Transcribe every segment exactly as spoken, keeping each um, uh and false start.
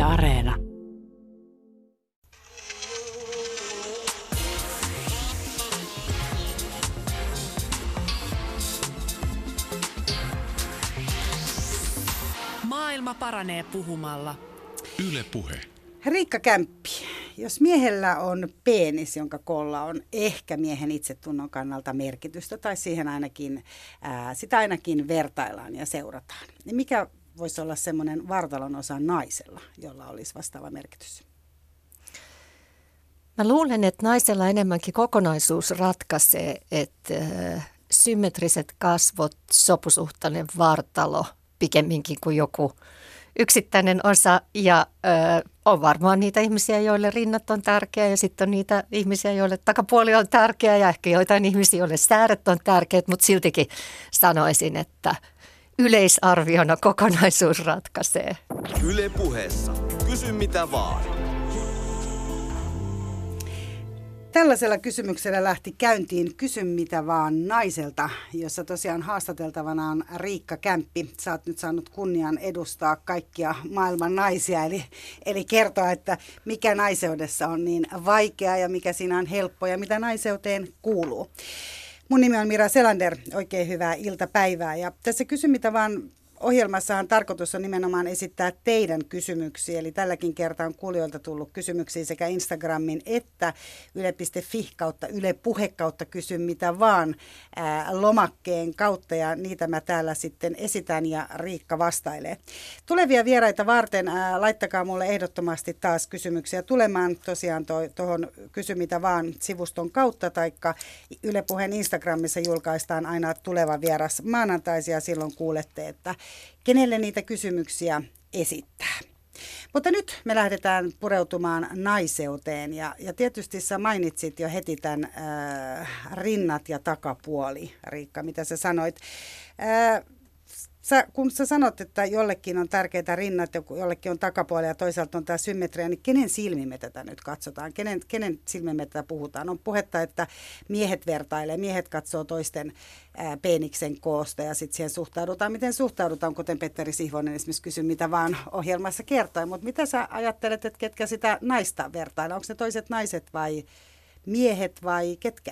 Areena. Maailma paranee puhumalla. Yle Puhe. Riikka Kämppi, jos miehellä on peenis, jonka koolla on ehkä miehen itsetunnon kannalta merkitystä, tai siihen ainakin, ää, sitä ainakin vertaillaan ja seurataan, niin mikä voisi olla semmoinen vartalon osa naisella, jolla olisi vastaava merkitys? Mä luulen, että naisella enemmänkin kokonaisuus ratkaisee, että symmetriset kasvot, sopusuhtainen vartalo pikemminkin kuin joku yksittäinen osa, ja ö, on varmaan niitä ihmisiä, joille rinnat on tärkeä, ja sitten on niitä ihmisiä, joille takapuoli on tärkeä, ja ehkä joitain ihmisiä, joille sääret on tärkeät, mutta siltikin sanoisin, että yleisarviona kokonaisuus ratkaisee. Yle Puheessa. Kysy mitä vaan. Tällaisella kysymyksellä lähti käyntiin Kysy mitä vaan naiselta, jossa tosiaan haastateltavana on Riikka Kämppi. Sä oot nyt saanut kunnian edustaa kaikkia maailman naisia, eli, eli kertoa, että mikä naiseudessa on niin vaikeaa ja mikä siinä on helppoa ja mitä naiseuteen kuuluu. Mun nimi on Mira Selander, oikein hyvää iltapäivää. Ja tässä Kysy mitä vaan ohjelmassahan tarkoitus on nimenomaan esittää teidän kysymyksiä, eli tälläkin kertaa on kuulijoilta tullut kysymyksiä sekä Instagramin että yle piste fi kautta Yle Puhe kautta Kysy mitä vaan ää, lomakkeen kautta, ja niitä mä täällä sitten esitän ja Riikka vastailee. Tulevia vieraita varten ää, laittakaa mulle ehdottomasti taas kysymyksiä tulemaan tosiaan tuohon Kysy mitä vaan sivuston kautta, taikka Yle Puheen Instagramissa julkaistaan aina tuleva vieras maanantaisin, ja silloin kuulette, että kenelle niitä kysymyksiä esittää. Mutta nyt me lähdetään pureutumaan naiseuteen, ja, ja tietysti sä mainitsit jo heti tämän äh, rinnat ja takapuoli, Riikka, mitä sä sanoit. Äh, sä, kun sä sanot, että jollekin on tärkeitä rinnat ja jollekin on takapuoli ja toisaalta on tämä symmetria, niin kenen silmin me tätä nyt katsotaan? Kenen, kenen silmin me tätä puhutaan? On puhetta, että miehet vertailee, miehet katsoo toisten ää, peeniksen koosta ja sitten siihen suhtaudutaan. Miten suhtaudutaan, kuten Petteri Sihvonen esimerkiksi Kysy mitä vaan ohjelmassa kertoi. Mutta mitä sä ajattelet, että ketkä sitä naista vertailee? Onko ne toiset naiset vai miehet vai ketkä?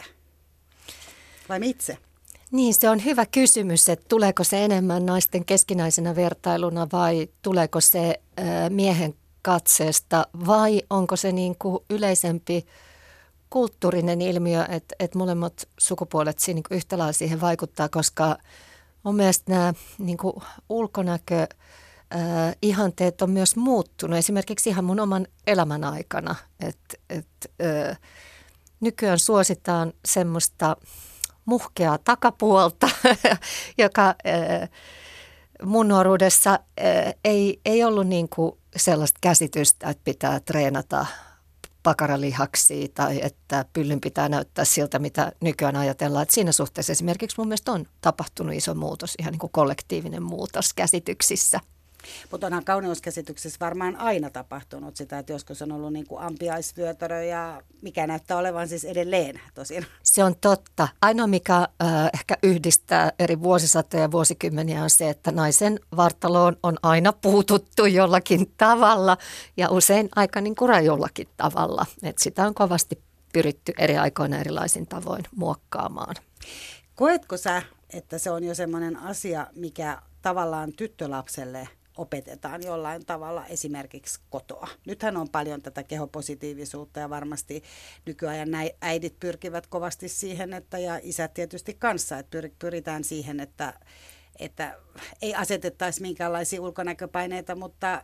Vai me itse? Niin, se on hyvä kysymys, että tuleeko se enemmän naisten keskinäisenä vertailuna vai tuleeko se ä, miehen katseesta vai onko se niin kuin yleisempi kulttuurinen ilmiö, että, että molemmat sukupuolet siinä niin kuin yhtä lailla siihen vaikuttaa, koska mun mielestä nämä niin kuin ulkonäkö ä, ihanteet on myös muuttunut esimerkiksi ihan mun oman elämän aikana, että, että ä, nykyään suositaan semmoista muhkeaa takapuolta, joka äh, mun nuoruudessa äh, ei, ei ollut niin kuin sellaista käsitystä, että pitää treenata pakaralihaksia tai että pyllyn pitää näyttää siltä, mitä nykyään ajatellaan. Että siinä suhteessa esimerkiksi mun mielestä on tapahtunut iso muutos, ihan niin kuin kollektiivinen muutos käsityksissä. Mutta onhan kauneuskäsityksessä varmaan aina tapahtunut sitä, että joskus on ollut niin kuin ampiaisvyötärö ja mikä näyttää olevan siis edelleen tosin. Se on totta. Ainoa mikä äh, ehkä yhdistää eri vuosisatoja ja vuosikymmeniä on se, että naisen vartaloon on aina puututtu jollakin tavalla ja usein aika niin kuin rajullakin tavalla. Et sitä on kovasti pyritty eri aikoina erilaisin tavoin muokkaamaan. Koetko sä, että se on jo semmoinen asia, mikä tavallaan tyttölapselle opetetaan jollain tavalla esimerkiksi kotoa? Nythän on paljon tätä kehopositiivisuutta ja varmasti nykyajan äidit pyrkivät kovasti siihen, että, ja isät tietysti kanssa, että pyritään siihen, että, että ei asetettaisi minkäänlaisia ulkonäköpaineita, mutta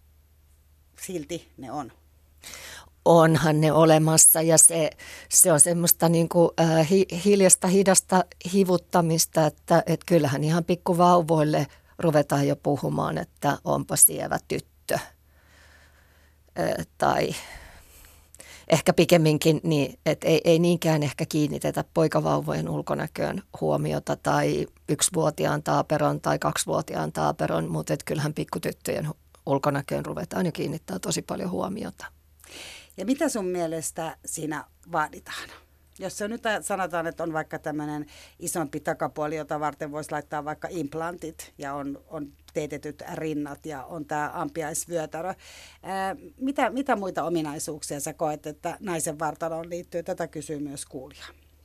silti ne on. Onhan ne olemassa ja se, se on semmoista niin kuin, äh, hi, hiljasta hidasta hivuttamista, että et kyllähän ihan pikkuvauvoille ruvetaan jo puhumaan, että onpa sievä tyttö. Äh, tai ehkä pikemminkin niin, että ei, ei niinkään ehkä kiinnitetä poikavauvojen ulkonäköön huomiota tai yksivuotiaan taaperon tai kaksivuotiaan taaperon, mutta et kyllähän pikkutyttöjen ulkonäköön ruvetaan jo kiinnittää tosi paljon huomiota. Ja mitä sun mielestä siinä vaaditaan? Jos se nyt sanotaan, että on vaikka tämmöinen isompi takapuoli, jota varten voisi laittaa vaikka implantit ja on, on teetetyt rinnat ja on tämä ampiaisvyötärö. Ää, mitä, mitä muita ominaisuuksia sä koet, että naisen vartaloon liittyy? Tätä kysyy myös kuulija.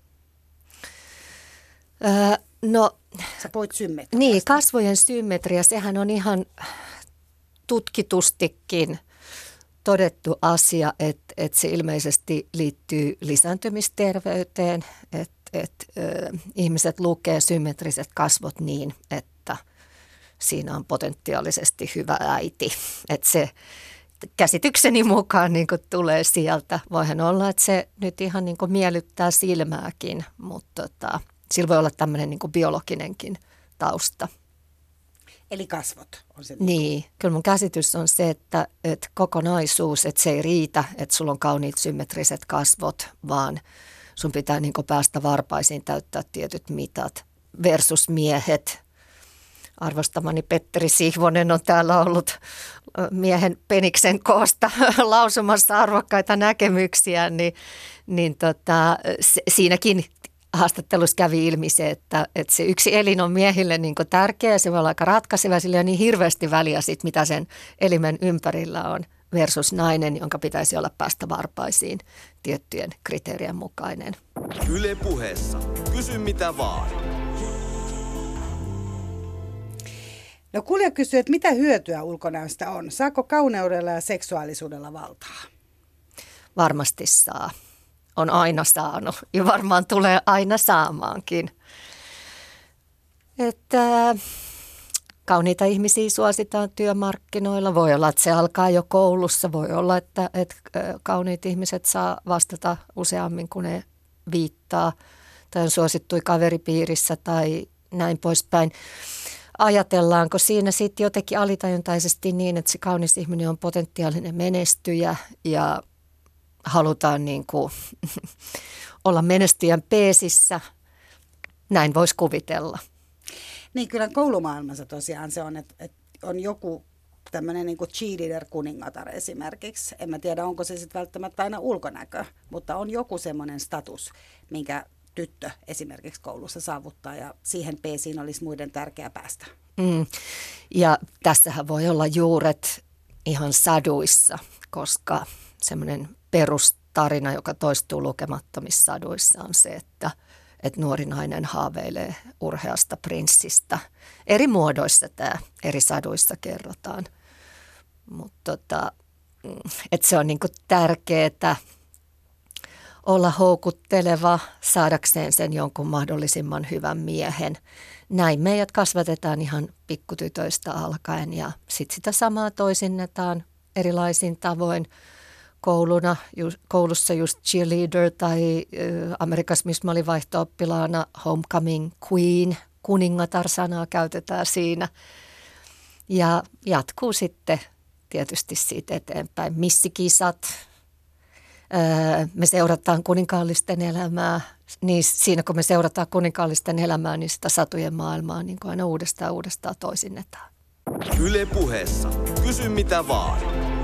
Öö, no, sä puhuit symmetriasta. Niin, kasvojen symmetria, sehän on ihan tutkitustikin todettu asia, että, että se ilmeisesti liittyy lisääntymisterveyteen, että, että ö, ihmiset lukee symmetriset kasvot niin, että siinä on potentiaalisesti hyvä äiti. Että se käsitykseni mukaan niin kuin tulee sieltä. Voihan olla, että se nyt ihan niin kuin miellyttää silmääkin, mutta tota, sillä voi olla tämmöinen niin kuin biologinenkin tausta. Eli kasvot on se. Niin, kyllä mun käsitys on se, että, että kokonaisuus, että se ei riitä, että sulla on kauniit symmetriset kasvot, vaan sun pitää niin kuin päästä varpaisiin täyttää tietyt mitat versus miehet. Arvostamani Petteri Sihvonen on täällä ollut miehen peniksen koosta lausumassa arvokkaita näkemyksiä, niin, niin tota, se, siinäkin haastattelussa kävi ilmi se, että, että se yksi elin on miehille niin kuin tärkeä, se voi olla aika ratkaiseva, sillä on niin hirveästi väliä sit, mitä sen elimen ympärillä on versus nainen, jonka pitäisi olla päästä varpaisiin tiettyjen kriteerien mukainen. Yle Puheessa. Kysy mitä vaan. No kuulija kysyy, että mitä hyötyä ulkonäöstä on? Saako kauneudella ja seksuaalisuudella valtaa? Varmasti saa. On aina saanut ja varmaan tulee aina saamaankin. Että kauniita ihmisiä suositaan työmarkkinoilla. Voi olla, että se alkaa jo koulussa. Voi olla, että, että kauniit ihmiset saa vastata useammin kuin ne viittaa. Tai on suosittui kaveripiirissä tai näin poispäin. Ajatellaanko siinä sitten jotenkin alitajuntaisesti niin, että se kaunis ihminen on potentiaalinen menestyjä ja halutaan niin kuin olla menestyjän peesissä. Näin voisi kuvitella. Niin kyllä koulumaailmassa tosiaan se on, että, että on joku tämmöinen niin kuin cheerleader-kuningatar esimerkiksi. En mä tiedä, onko se sitten välttämättä aina ulkonäkö, mutta on joku semmoinen status, minkä tyttö esimerkiksi koulussa saavuttaa ja siihen peesiin olisi muiden tärkeää päästä. Mm. Ja tässähän voi olla juuret ihan saduissa, koska semmoinen perustarina, joka toistuu lukemattomissa saduissa, on se, että, että nuori nainen haaveilee urheasta prinssistä. Eri muodoissa tämä eri saduissa kerrotaan, mutta tota, että se on niinku tärkeää olla houkutteleva saadakseen sen jonkun mahdollisimman hyvän miehen. Näin meidät kasvatetaan ihan pikkutytöistä alkaen ja sitten sitä samaa toisinnetaan erilaisin tavoin. Kouluna, ju, koulussa just cheerleader tai äh, Amerikassa, missä mä olin vaihto-oppilaana, homecoming queen, kuningatar-sanaa käytetään siinä. Ja jatkuu sitten tietysti siitä eteenpäin. Missikisat, äh, me seurataan kuninkaallisten elämää. Niin siinä kun me seurataan kuninkaallisten elämää, niin sitä satujen maailmaa niin kuin aina uudestaan uudestaan toisinnetaan. Yle Puheessa. Kysy mitä vaan.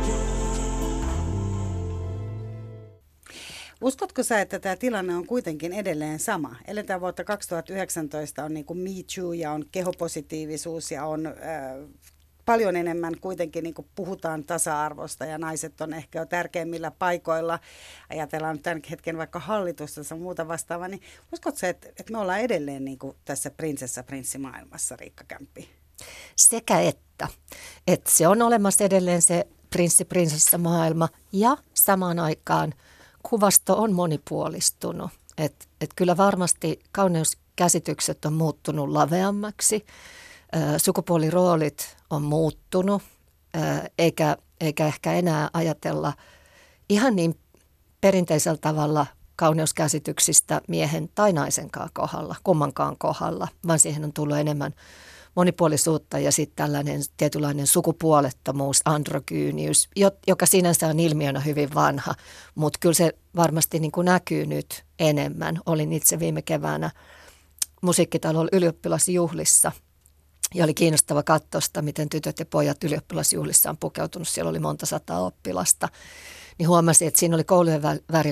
Uskotko sä, että tämä tilanne on kuitenkin edelleen sama? Eletään vuotta kaksituhattayhdeksäntoista, on niin kuin Me Too ja on kehopositiivisuus ja on äh, paljon enemmän kuitenkin niin kuin puhutaan tasa-arvosta ja naiset on ehkä jo tärkeimmillä paikoilla. Ajatellaan nyt tämän hetken vaikka hallitusta ja muuta vastaavaa. Niin uskotko sä, että, että me ollaan edelleen niin kuin tässä prinsessa-prinssimaailmassa, Riikka Kämppi? Sekä että. Että se on olemassa edelleen se prinssi-prinsessa-maailma ja samaan aikaan kuvasto on monipuolistunut. Että et kyllä varmasti kauneuskäsitykset on muuttunut laveammaksi, ö, sukupuoliroolit on muuttunut, ö, eikä, eikä ehkä enää ajatella ihan niin perinteisellä tavalla kauneuskäsityksistä miehen tai naisenkaan kohdalla, kummankaan kohdalla, vaan siihen on tullut enemmän monipuolisuutta ja sitten tällainen tietynlainen sukupuolettomuus, androgyynius, joka sinänsä on ilmiönä hyvin vanha, mutta kyllä se varmasti niin kuin näkyy nyt enemmän. Olin itse viime keväänä musiikkitalolla ylioppilasjuhlissa ja oli kiinnostava katsoa sitä, miten tytöt ja pojat ylioppilasjuhlissa on pukeutunut. Siellä oli monta sataa oppilasta. Niin huomasin, että siinä oli koulujen välillä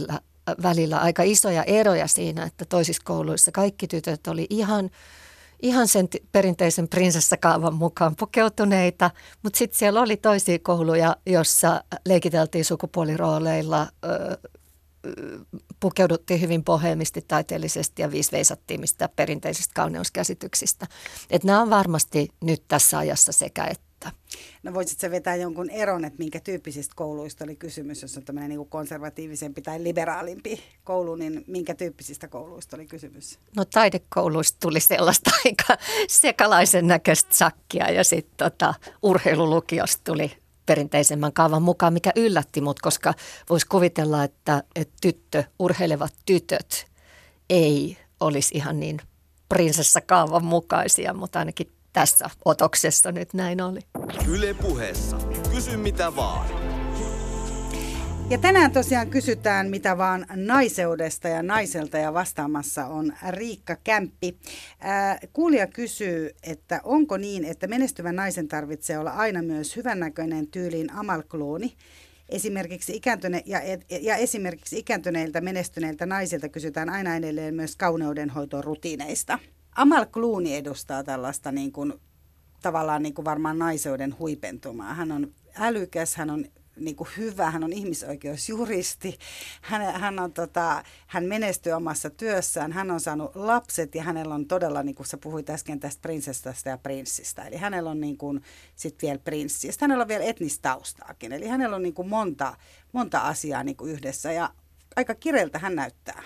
välillä aika isoja eroja siinä, että toisissa kouluissa kaikki tytöt oli ihan, ihan sen perinteisen prinsessakaavan mukaan pukeutuneita, mutta sitten siellä oli toisia kouluja, jossa leikiteltiin sukupuolirooleilla, pukeuduttiin hyvin boheemisti, taiteellisesti ja viisveisattiin mistä perinteisistä kauneuskäsityksistä. Että nämä on varmasti nyt tässä ajassa sekä että. No voisitko sä vetää jonkun eron, että minkä tyyppisistä kouluista oli kysymys, jos on tämmöinen niin kuin konservatiivisempi tai liberaalimpi koulu, niin minkä tyyppisistä kouluista oli kysymys? No taidekouluista tuli sellaista aika sekalaisen näköistä sakkia ja sitten tota, urheilulukiosta tuli perinteisemmän kaavan mukaan, mikä yllätti mut, koska voisi kuvitella, että, että tyttö, urheilevat tytöt ei olisi ihan niin prinsessakaavan mukaisia, mutta ainakin tässä otoksessa nyt näin oli. Yle Puheessa. Kysy mitä vaan. Ja tänään tosiaan kysytään mitä vaan naiseudesta ja naiselta ja vastaamassa on Riikka Kämppi. Ää, kuulija kysyy, että onko niin, että menestyvän naisen tarvitsee olla aina myös hyvännäköinen tyyliin Amal Clooney. Esimerkiksi ikääntyne- ja, ja esimerkiksi ikääntyneiltä menestyneiltä naisilta kysytään aina edelleen myös kauneudenhoitoon rutiineista. Amal Clooney edustaa tällaista niin kuin, tavallaan niin kuin varmaan naiseuden huipentumaa. Hän on älykäs, hän on niin kuin hyvä, hän on ihmisoikeusjuristi, hän, hän, on, tota, hän menestyy omassa työssään, hän on saanut lapset ja hänellä on todella, niin kuin sä puhuit äsken tästä prinsessasta ja prinssistä, eli hänellä on niin kuin, sit vielä prinssi, ja hänellä on vielä etnistä taustaakin, eli hänellä on niin kuin monta, monta asiaa niin kuin yhdessä ja aika kireeltä hän näyttää.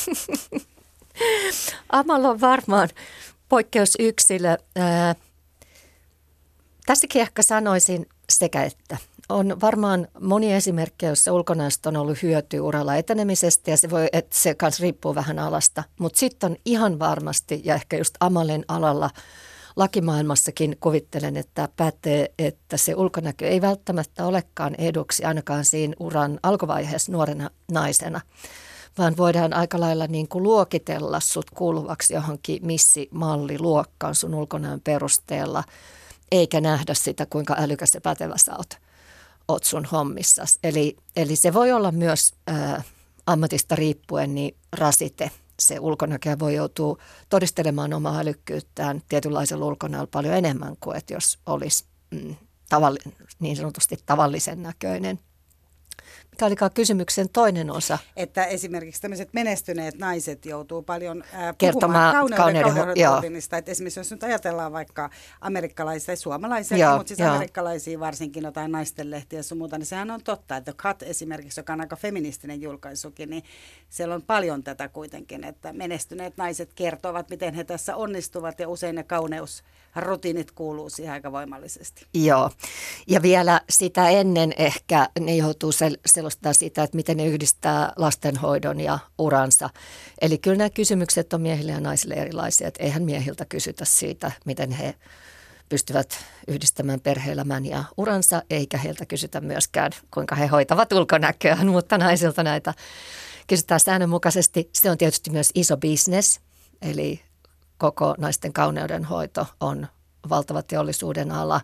Amal on varmaan poikkeusyksilö. Ää, tässäkin ehkä sanoisin sekä että. On varmaan moni esimerkkejä, joissa ulkonäöstä on ollut hyötyä uralla etenemisestä ja se, voi, että se kanssa riippuu vähän alasta. Mutta sitten on ihan varmasti ja ehkä just Amalin alalla lakimaailmassakin kuvittelen, että pätee, että se ulkonäkö ei välttämättä olekaan eduksi ainakaan siinä uran alkuvaiheessa nuorena naisena, vaan voidaan aika lailla niin kuin luokitella sut kuuluvaksi johonkin missimalliluokkaan sun ulkonäön perusteella, eikä nähdä sitä, kuinka älykäs ja pätevä sä oot, oot sun hommissas. Eli, eli se voi olla myös ää, ammatista riippuen niin rasite. Se ulkonäkö voi joutua todistelemaan omaa älykkyyttään tietynlaisella ulkonäöllä paljon enemmän kuin että jos olisi mm, tavalli, niin sanotusti tavallisen näköinen. Mikä olikaan kysymyksen toinen osa? Että esimerkiksi tämmöiset menestyneet naiset joutuu paljon ää, kertomaan puhumaan kauneuden että esimerkiksi jos nyt ajatellaan vaikka amerikkalaisia tai suomalaisia, mutta siis joo. amerikkalaisia varsinkin jotain naistenlehtiä ja sun muuta, niin sehän on totta, että Cut esimerkiksi, joka on aika feministinen julkaisukin, niin siellä on paljon tätä kuitenkin, että menestyneet naiset kertovat, miten he tässä onnistuvat ja usein ne kauneusrutiinit kuuluu siihen aika voimallisesti. Joo, ja vielä sitä ennen ehkä ne joutuu sel- selostaa sitä, että miten ne yhdistää lastenhoidon ja uransa. Eli kyllä nämä kysymykset on miehille ja naisille erilaisia, että eihän miehiltä kysytä siitä, miten he pystyvät yhdistämään perhe-elämän ja uransa, eikä heiltä kysytä myöskään, kuinka he hoitavat ulkonäköään, mutta naisilta näitä kysytään säännönmukaisesti. Se on tietysti myös iso business, eli koko naisten kauneudenhoito on valtava teollisuuden ala.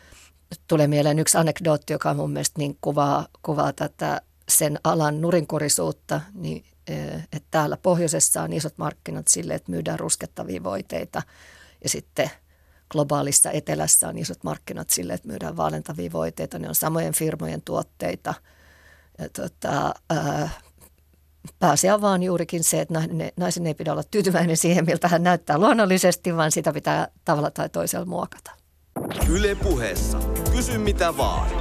Tulee mieleen yksi anekdootti, joka mun mielestä niin kuvaa, kuvaa tätä sen alan nurinkurisuutta, niin, että täällä pohjoisessa on isot markkinat sille, että myydään ruskettavia voiteita ja sitten globaalissa etelässä on isot markkinat sille, että myydään vaalentavia voiteita. Ne on samojen firmojen tuotteita. Ja tota, ää, pääasia on vaan juurikin se, että naisen ei pidä olla tyytyväinen siihen, miltä hän näyttää luonnollisesti, vaan sitä pitää tavalla tai toisella muokata. Yle Puheessa. Kysy mitä vaan.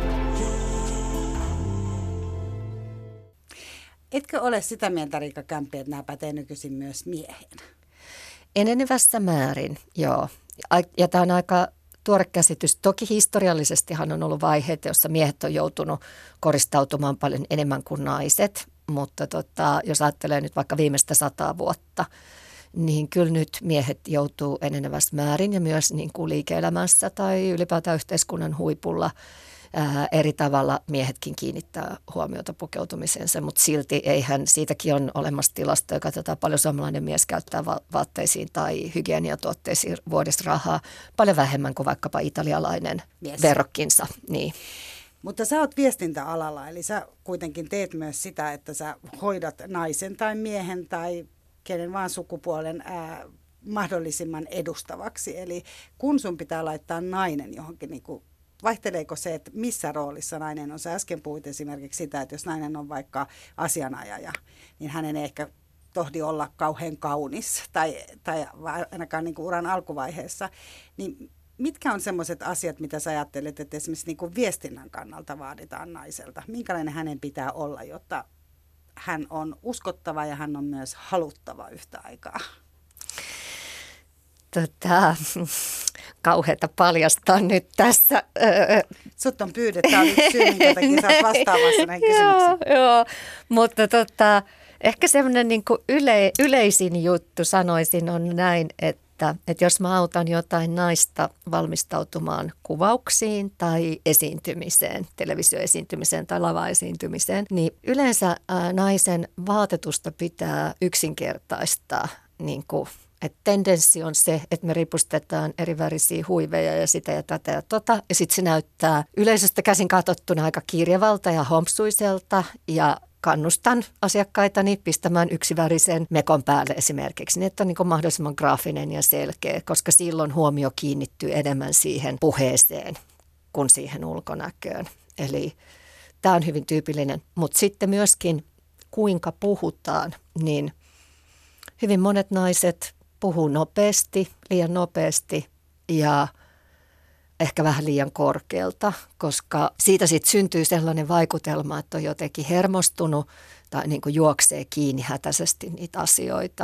Etkö ole sitä mieltä, Riikka Kämppi, että nämä pätee nykyisin myös miehen? Enenevässä määrin, joo. Ja tämä on aika tuore käsitys. Toki historiallisestihan on ollut vaiheita, joissa miehet on joutunut koristautumaan paljon enemmän kuin naiset. Mutta tota, jos ajattelee nyt vaikka viimeistä sataa vuotta, niin kyllä nyt miehet joutuu enenevässä määrin ja myös niin kuin liike-elämässä tai ylipäätään yhteiskunnan huipulla ää, eri tavalla miehetkin kiinnittää huomiota pukeutumiseensa, mutta silti eihän siitäkin on olemassa tilasto, joka katsotaan paljon suomalainen mies käyttää va- vaatteisiin tai hygieniatuotteisiin vuodessa rahaa paljon vähemmän kuin vaikkapa italialainen yes. verrokkinsa. Niin. Mutta sä oot viestintäalalla, eli sä kuitenkin teet myös sitä, että sä hoidat naisen tai miehen tai kenen vaan sukupuolen ää, mahdollisimman edustavaksi. Eli kun sun pitää laittaa nainen johonkin, niin kuin, vaihteleeko se, että missä roolissa nainen on? Sä äsken puhuit esimerkiksi sitä, että jos nainen on vaikka asianajaja, niin hänen ei ehkä tohdi olla kauhean kaunis tai, tai ainakaan niin kuin uran alkuvaiheessa. Niin mitkä on sellaiset asiat, mitä sä ajattelet, että esimerkiksi niin kuin viestinnän kannalta vaaditaan naiselta? Minkälainen hänen pitää olla, jotta hän on uskottava ja hän on myös haluttava yhtä aikaa? Tota, kauheata paljastaa nyt tässä. Sut on pyydetty, tämä on yksi syy, minkä takia sä oot vastaamassa näihin kysymyksiin. Joo, joo, mutta tota, ehkä semmoinen niin kuin yle, yleisin juttu sanoisin on näin, että, että jos mä autan jotain naista valmistautumaan kuvauksiin tai esiintymiseen, televisioesiintymiseen tai lavaesiintymiseen, niin yleensä ää, naisen vaatetusta pitää yksinkertaistaa niin kuin. Että tendenssi on se, että me ripustetaan eri värisiä huiveja ja sitä ja tätä ja tota. Ja sitten se näyttää yleisöstä käsin katsottuna aika kirjavalta ja hompsuiselta. Ja kannustan asiakkaitani pistämään yksivärisen mekon päälle esimerkiksi. Niin että on niin kuin mahdollisimman graafinen ja selkeä, koska silloin huomio kiinnittyy enemmän siihen puheeseen kuin siihen ulkonäköön. Eli tämä on hyvin tyypillinen. Mutta sitten myöskin kuinka puhutaan, niin hyvin monet naiset puhuu nopeasti, liian nopeasti ja ehkä vähän liian korkealta, koska siitä sitten syntyy sellainen vaikutelma, että on jotenkin hermostunut tai niin kuin juoksee kiinni hätäisesti niitä asioita.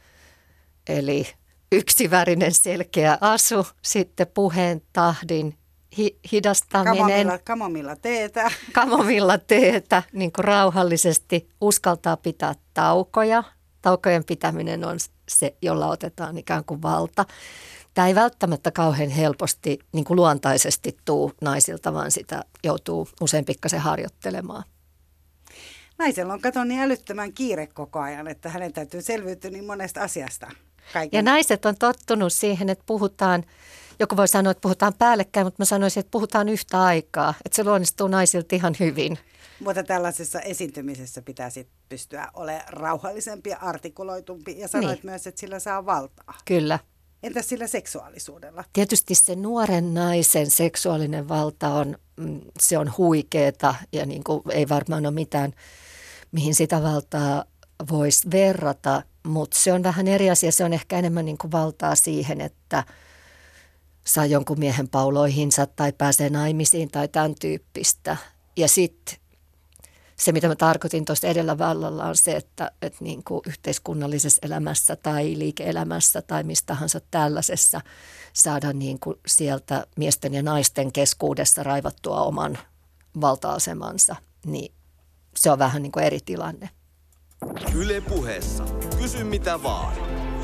Eli yksivärinen selkeä asu, sitten puheen tahdin hi- hidastaminen. Kamomilla, kamomilla teetä. Kamomilla teetä, niin kuin rauhallisesti uskaltaa pitää taukoja. Taukojen pitäminen on se, jolla otetaan ikään kuin valta. Tämä ei välttämättä kauhean helposti niin kuin luontaisesti tuu naisilta, vaan sitä joutuu usein pikkasen harjoittelemaan. Naisella on kato niin älyttömän kiire koko ajan, että hänen täytyy selviytyä niin monesta asiasta. Kaiken. Ja naiset on tottunut siihen, että puhutaan, joku voi sanoa, että puhutaan päällekkäin, mutta mä sanoisin, että puhutaan yhtä aikaa. Että se luonnistuu naisilta ihan hyvin. Mutta tällaisessa esiintymisessä pitää sit pystyä olemaan rauhallisempi ja artikuloitumpi. Ja sanoit niin. myös, että sillä saa valtaa. Kyllä. Entäs sillä seksuaalisuudella? Tietysti se nuoren naisen seksuaalinen valta on, se on huikeeta ja niin kuin ei varmaan ole mitään, mihin sitä valtaa voisi verrata. Mutta se on vähän eri asia. Se on ehkä enemmän niin kuin valtaa siihen, että saa jonkun miehen pauloihinsa tai pääsee naimisiin tai tämän tyyppistä. Ja sitten se, mitä mä tarkoitin tuossa edellä vallalla, on se, että, että niin kuin yhteiskunnallisessa elämässä tai liike-elämässä tai mistä tahansa tällaisessa saada niin kuin sieltä miesten ja naisten keskuudessa raivattua oman valta-asemansa, niin se on vähän niin kuin eri tilanne. Yle Puheessa. Kysy mitä vaan.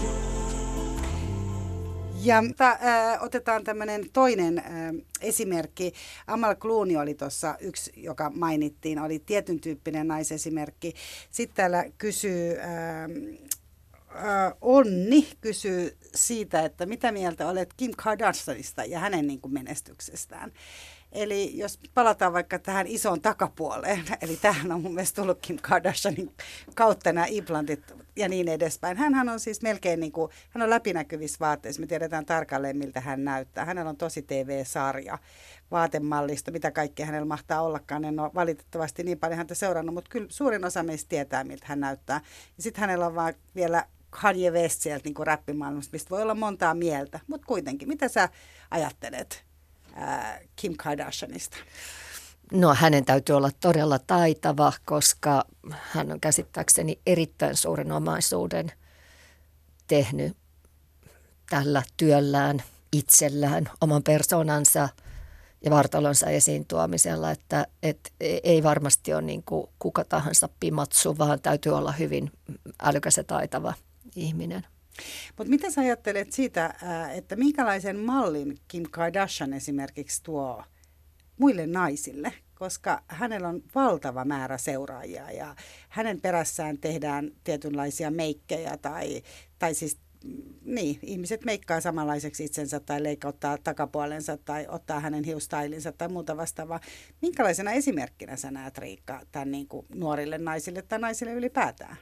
Ja ta, äh, otetaan tämmöinen toinen äh, esimerkki. Amal Clooney oli tuossa yksi, joka mainittiin, oli tietyn tyyppinen naisesimerkki. Sitten täällä kysyy, äh, äh, Onni kysyy siitä, että mitä mieltä olet Kim Kardashianista ja hänen niin kuin menestyksestään. Eli jos palataan vaikka tähän isoon takapuoleen, eli tähän on mun mielestä tullut Kim Kardashianin kautta nämä implantit ja niin edespäin. Hänhän on siis melkein niin kuin, hän on läpinäkyvissä vaatteissa, me tiedetään tarkalleen miltä hän näyttää. Hänellä on tosi T V-sarja, vaatemallisto, mitä kaikkea hänellä mahtaa ollakaan. En ole valitettavasti niin paljon häntä seurannut, mutta kyllä suurin osa meistä tietää miltä hän näyttää. Ja sitten hänellä on vaan vielä Kanye West sieltä niin kuin räppimaailmasta, mistä voi olla montaa mieltä, mutta kuitenkin, mitä sä ajattelet Kim Kardashianista? No hänen täytyy olla todella taitava, koska hän on käsittääkseni erittäin suuren omaisuuden tehnyt tällä työllään, itsellään, oman persoonansa ja vartalonsa esiin tuomisella, että et ei varmasti ole niin kuin kuka tahansa pimatsu, vaan täytyy olla hyvin älykäs ja taitava ihminen. Mutta mitä sä ajattelet siitä, että minkälaisen mallin Kim Kardashian esimerkiksi tuo muille naisille, koska hänellä on valtava määrä seuraajia ja hänen perässään tehdään tietynlaisia meikkejä tai, tai siis niin, ihmiset meikkaa samanlaiseksi itsensä tai leikauttaa takapuolensa tai ottaa hänen hiustailinsa tai muuta vastaavaa. Minkälaisena esimerkkinä sä näet, Riikka, tämän niin kuin nuorille naisille tai naisille ylipäätään?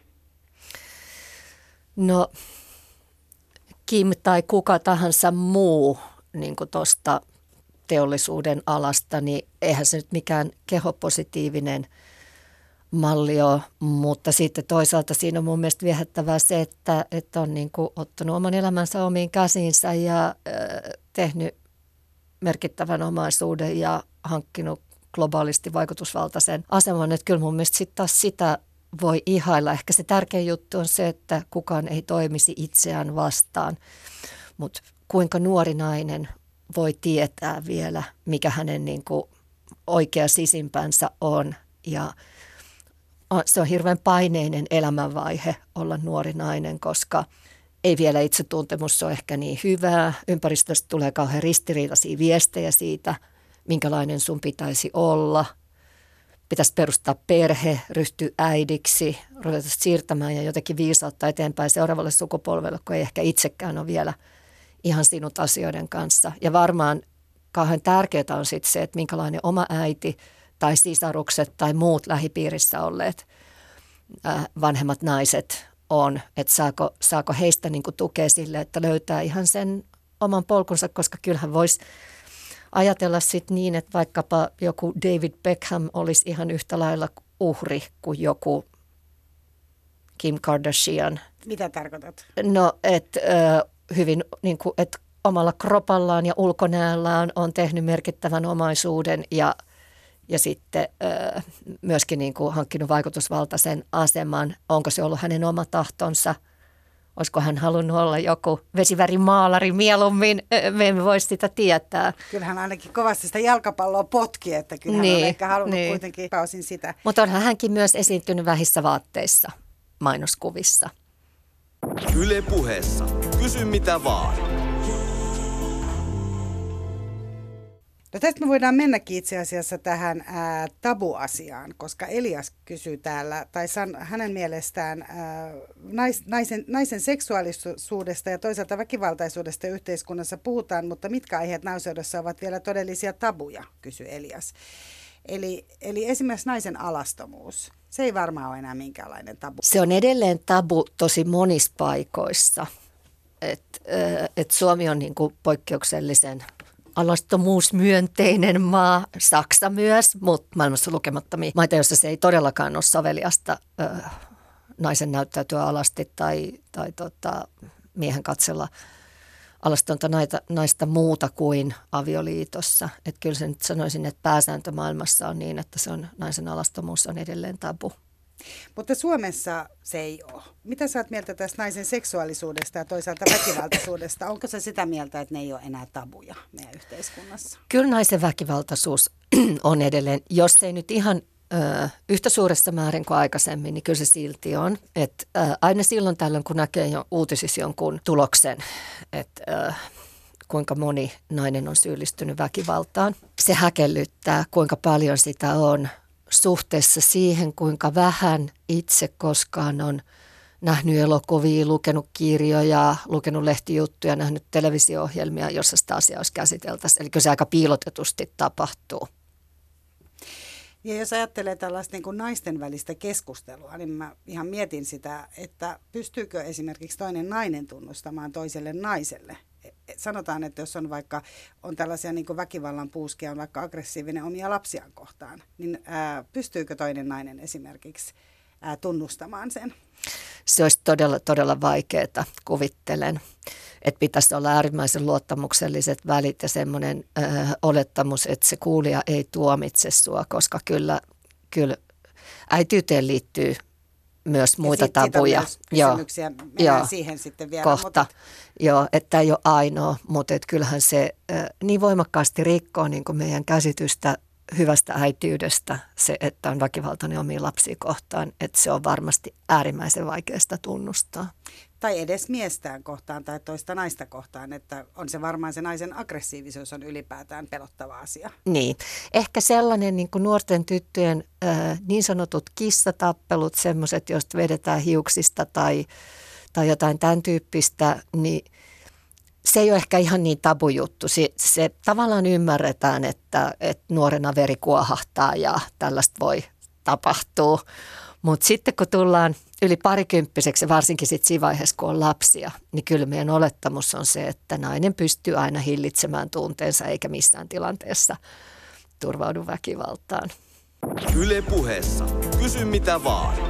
No Kim tai kuka tahansa muu niin kuin tuosta teollisuuden alasta, niin eihän se nyt mikään kehopositiivinen malli ole, mutta sitten toisaalta siinä on mun mielestä viehättävää se, että, että on niin kuin ottanut oman elämänsä omiin käsiinsä ja äh, tehnyt merkittävän omaisuuden ja hankkinut globaalisti vaikutusvaltaisen aseman, että kyllä mun mielestä sitten taas sitä voi ihailla. Ehkä se tärkein juttu on se, että kukaan ei toimisi itseään vastaan, mutta kuinka nuori nainen voi tietää vielä, mikä hänen niin kuin oikea sisimpänsä on ja se on hirveän paineinen elämänvaihe olla nuori nainen, koska ei vielä itsetuntemus ole ehkä niin hyvää. Ympäristöstä tulee kauhean ristiriitaisia viestejä siitä, minkälainen sun pitäisi olla. Pitäisi perustaa perhe, ryhtyä äidiksi, ruveta siirtämään ja jotenkin viisauttaa eteenpäin seuraavalle sukupolvelle, kun ei ehkä itsekään ole vielä ihan sinut asioiden kanssa. Ja varmaan kauhean tärkeää on sitten se, että minkälainen oma äiti tai sisarukset tai muut lähipiirissä olleet äh, vanhemmat naiset on, että saako, saako heistä niin kuin tukea sille, että löytää ihan sen oman polkunsa, koska kyllähän voisi ajatella sitten niin, että vaikkapa joku David Beckham olisi ihan yhtä lailla uhri kuin joku Kim Kardashian. Mitä tarkoitat? No, että äh, hyvin niin kuin, että omalla kropallaan ja ulkonäöllään on tehnyt merkittävän omaisuuden ja Ja sitten ö, myöskin niin kuin hankkinut vaikutusvaltaisen aseman. Onko se ollut hänen oma tahtonsa? Olisiko hän halunnut olla joku vesivärimaalari mieluummin? Me emme voi sitä tietää. Kyllähän ainakin kovasti sitä jalkapalloa potki, että kyllähän niin, on ehkä halunnut niin. kuitenkin pääosin sitä. Mutta onhan hänkin myös esiintynyt vähissä vaatteissa mainoskuvissa. Yle Puheessa. Kysy mitä vaan. No tästä me voidaan mennäkin itse asiassa tähän ää, tabuasiaan, koska Elias kysyy täällä, tai san, hänen mielestään ää, nais, naisen, naisen seksuaalisuudesta ja toisaalta väkivaltaisuudesta yhteiskunnassa puhutaan, mutta mitkä aiheet naiseudessa ovat vielä todellisia tabuja, kysyy Elias. Eli, eli esimerkiksi naisen alastomuus, se ei varmaan ole enää minkäänlainen tabu. Se on edelleen tabu tosi monissa paikoissa, että et Suomi on niin kuin poikkeuksellisen alastomuusmyönteinen maa, Saksa myös, mutta maailmassa lukemattomia maita, joissa se ei todellakaan ole soveliasta ö, naisen näyttäytyä alasti tai, tai tota, miehen katsella alastonta naita, naista muuta kuin avioliitossa. Että kyllä sen sanoisin, että pääsääntö maailmassa on niin, että se on, naisen alastomuus on edelleen tabu. Mutta Suomessa se ei ole. Mitä sä oot mieltä tästä naisen seksuaalisuudesta ja toisaalta väkivaltaisuudesta? Onko se sitä mieltä, että ne ei ole enää tabuja meidän yhteiskunnassa? Kyllä naisen väkivaltaisuus on edelleen, jos ei nyt ihan ö, yhtä suuressa määrin kuin aikaisemmin, niin kyllä se silti on. Et, ö, aina silloin tällöin, kun näkee jo uutisissa jonkun tuloksen, että ö, kuinka moni nainen on syyllistynyt väkivaltaan, se häkellyttää, kuinka paljon sitä on suhteessa siihen, kuinka vähän itse koskaan on nähnyt elokuvia, lukenut kirjoja, lukenut lehtijuttuja, nähnyt televisio-ohjelmia, jossa sitä asiaa olisi käsiteltäisiin. Eli kyllä se aika piilotetusti tapahtuu. Ja jos ajattelee tällaista niin kuin naisten välistä keskustelua, niin mä ihan mietin sitä, että pystyykö esimerkiksi toinen nainen tunnustamaan toiselle naiselle. Sanotaan, että jos on vaikka on tällaisia niin kuin väkivallan puuskia, on vaikka aggressiivinen omia lapsiaan kohtaan, niin ää, pystyykö toinen nainen esimerkiksi ää, tunnustamaan sen? Se olisi todella, todella vaikeaa, kuvittelen. Että pitäisi olla äärimmäisen luottamukselliset välit ja semmoinen äh, olettamus, että se kuulija ei tuomitse sua, koska kyllä, kyllä äitiyteen liittyy myös muita sit, tabuja. Myös kysymyksiä, mennään siihen sitten vielä. Kohta, mutta joo, että ei ole ainoa, mutta et kyllähän se äh, niin voimakkaasti rikkoo niin kuin meidän käsitystä hyvästä äitiydestä, se, että on väkivaltainen omia lapsia kohtaan, että se on varmasti äärimmäisen vaikeasta tunnustaa. Tai edes miestään kohtaan tai toista naista kohtaan, että on se varmaan se naisen aggressiivisuus on ylipäätään pelottava asia. Niin, ehkä sellainen niin kuin nuorten tyttöjen äh, niin sanotut kissatappelut, semmoiset, joista vedetään hiuksista tai, tai jotain tämän tyyppistä, niin se ei ole ehkä ihan niin tabujuttu. Se, se tavallaan ymmärretään, että, että nuorena veri kuohahtaa ja tällaista voi tapahtua. Mutta sitten kun tullaan yli parikymppiseksi, varsinkin sitten siinä vaiheessa, kun on lapsia, niin kyllä meidän olettamus on se, että nainen pystyy aina hillitsemään tunteensa eikä missään tilanteessa turvaudu väkivaltaan. Yle Puheessa. Kysy mitä vaan.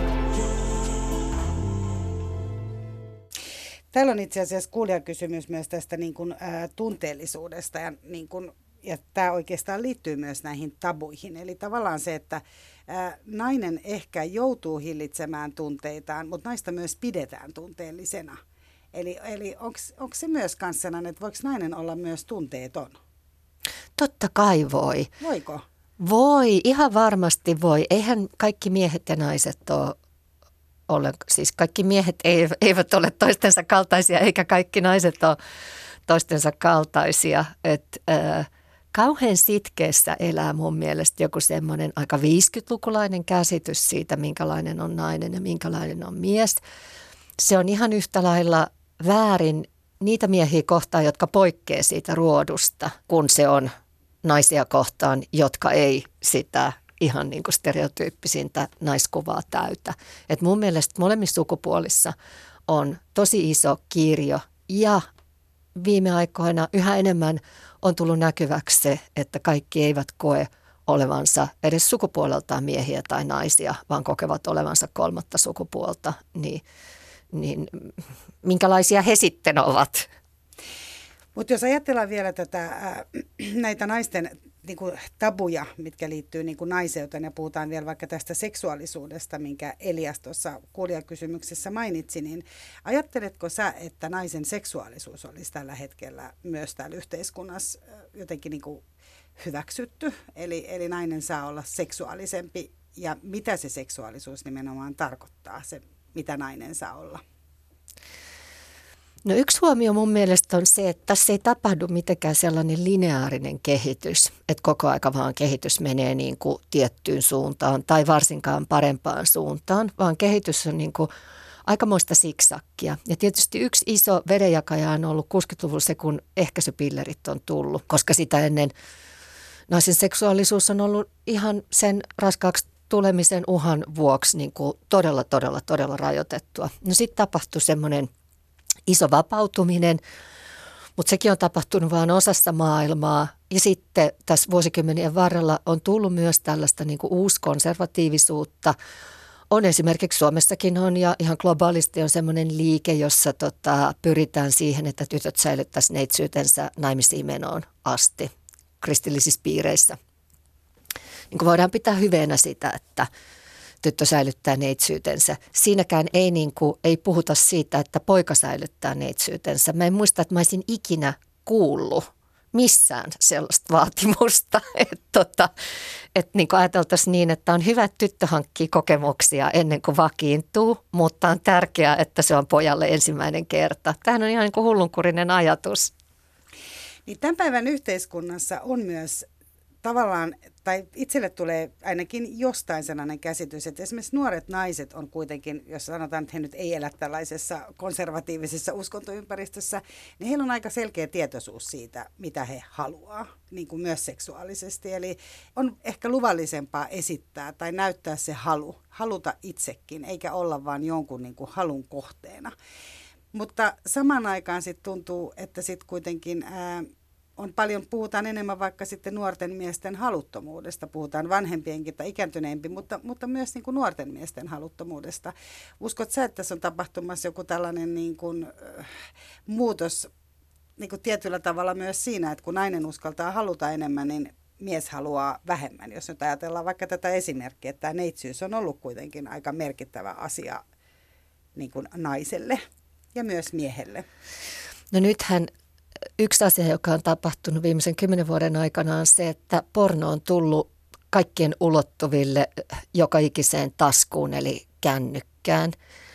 Täällä on itse asiassa kuulijakysymys myös tästä niin kuin, ä, tunteellisuudesta ja, niin kuin, ja tämä oikeastaan liittyy myös näihin tabuihin. Eli tavallaan se, että ä, nainen ehkä joutuu hillitsemään tunteitaan, mutta naista myös pidetään tunteellisena. Eli, eli onko se myös kanssa, että voiko nainen olla myös tunteeton? Totta kai voi. Voiko? Voi, ihan varmasti voi. Eihän kaikki miehet ja naiset ole ollenkaan. Siis kaikki miehet eivät ole toistensa kaltaisia, eikä kaikki naiset ole toistensa kaltaisia. Et, äh, kauhean sitkeässä elää mun mielestä joku semmoinen aika viisikymmentälukulainen käsitys siitä, minkälainen on nainen ja minkälainen on mies. Se on ihan yhtä lailla väärin niitä miehiä kohtaan, jotka poikkeaa siitä ruodusta, kun se on naisia kohtaan, jotka ei sitä ihan niin kuin stereotyyppisintä naiskuvaa täytä. Et mun mielestä molemmissa sukupuolissa on tosi iso kirjo ja viime aikoina yhä enemmän on tullut näkyväksi se, että kaikki eivät koe olevansa edes sukupuoleltaan miehiä tai naisia, vaan kokevat olevansa kolmatta sukupuolta, niin, niin minkälaisia he sitten ovat? Mutta jos ajatellaan vielä tätä, äh, näitä naisten niin kuin tabuja, mitkä liittyy niin kuin naiseuteen, ja puhutaan vielä vaikka tästä seksuaalisuudesta, minkä Elias tuossa kuulijakysymyksessä mainitsi, niin ajatteletko sä, että naisen seksuaalisuus olisi tällä hetkellä myös täällä yhteiskunnassa jotenkin niin kuin hyväksytty? Eli, eli nainen saa olla seksuaalisempi, ja mitä se seksuaalisuus nimenomaan tarkoittaa, se mitä nainen saa olla? No yksi huomio mun mielestä on se, että tässä ei tapahdu mitenkään sellainen lineaarinen kehitys, että koko aika vaan kehitys menee niin kuin tiettyyn suuntaan tai varsinkaan parempaan suuntaan, vaan kehitys on niin kuin aikamoista siksakkia. Ja tietysti yksi iso vedenjakaja on ollut kuusikymmentäluvulla se, kun ehkäisypillerit on tullut, koska sitä ennen naisen seksuaalisuus on ollut ihan sen raskaaksi tulemisen uhan vuoksi niin kuin todella, todella, todella rajoitettua. No sitten tapahtui semmoinen iso vapautuminen, mutta sekin on tapahtunut vain osassa maailmaa. Ja sitten tässä vuosikymmenien varrella on tullut myös tällaista niin kuin uuskonservatiivisuutta. On esimerkiksi Suomessakin on ja ihan globaalisti on semmoinen liike, jossa tota, pyritään siihen, että tytöt säilyttäisivät neitsyytensä naimisiin menoon asti kristillisissä piireissä. Niin kuin voidaan pitää hyvänä sitä, että tyttö säilyttää neitsyytensä. Siinäkään ei, niin kuin, ei puhuta siitä, että poika säilyttää neitsyytensä. Mä en muista, että mä olisin ikinä kuullut missään sellaista vaatimusta, että tota, et niin kuin ajateltaisiin niin, että on hyvä, että tyttö hankkii kokemuksia ennen kuin vakiintuu, mutta on tärkeää, että se on pojalle ensimmäinen kerta. Tämähän on ihan niin kuin hullunkurinen ajatus. Niin tämän päivän yhteiskunnassa on myös tavallaan, tai itselle tulee ainakin jostain sellainen käsitys, että esimerkiksi nuoret naiset on kuitenkin, jos sanotaan, että he nyt ei elä tällaisessa konservatiivisessa uskontoympäristössä, niin heillä on aika selkeä tietoisuus siitä, mitä he haluaa, niin kuin myös seksuaalisesti. Eli on ehkä luvallisempaa esittää tai näyttää se halu, haluta itsekin, eikä olla vaan jonkun niin kuin halun kohteena. Mutta samaan aikaan sitten tuntuu, että sitten kuitenkin ää, on paljon, puhutaan enemmän vaikka sitten nuorten miesten haluttomuudesta, puhutaan vanhempienkin tai ikääntyneempi, mutta, mutta myös niin kuin nuorten miesten haluttomuudesta. Uskot sä, että tässä on tapahtumassa joku tällainen niin kuin, äh, muutos niin kuin tietyllä tavalla myös siinä, että kun nainen uskaltaa haluta enemmän, niin mies haluaa vähemmän. Jos nyt ajatellaan vaikka tätä esimerkkiä, että tämä neitsyys on ollut kuitenkin aika merkittävä asia niin kuin naiselle ja myös miehelle. No nythän yksi asia, joka on tapahtunut viimeisen kymmenen vuoden aikana, on se, että porno on tullut kaikkien ulottuville joka ikiseen taskuun, eli kännykkään.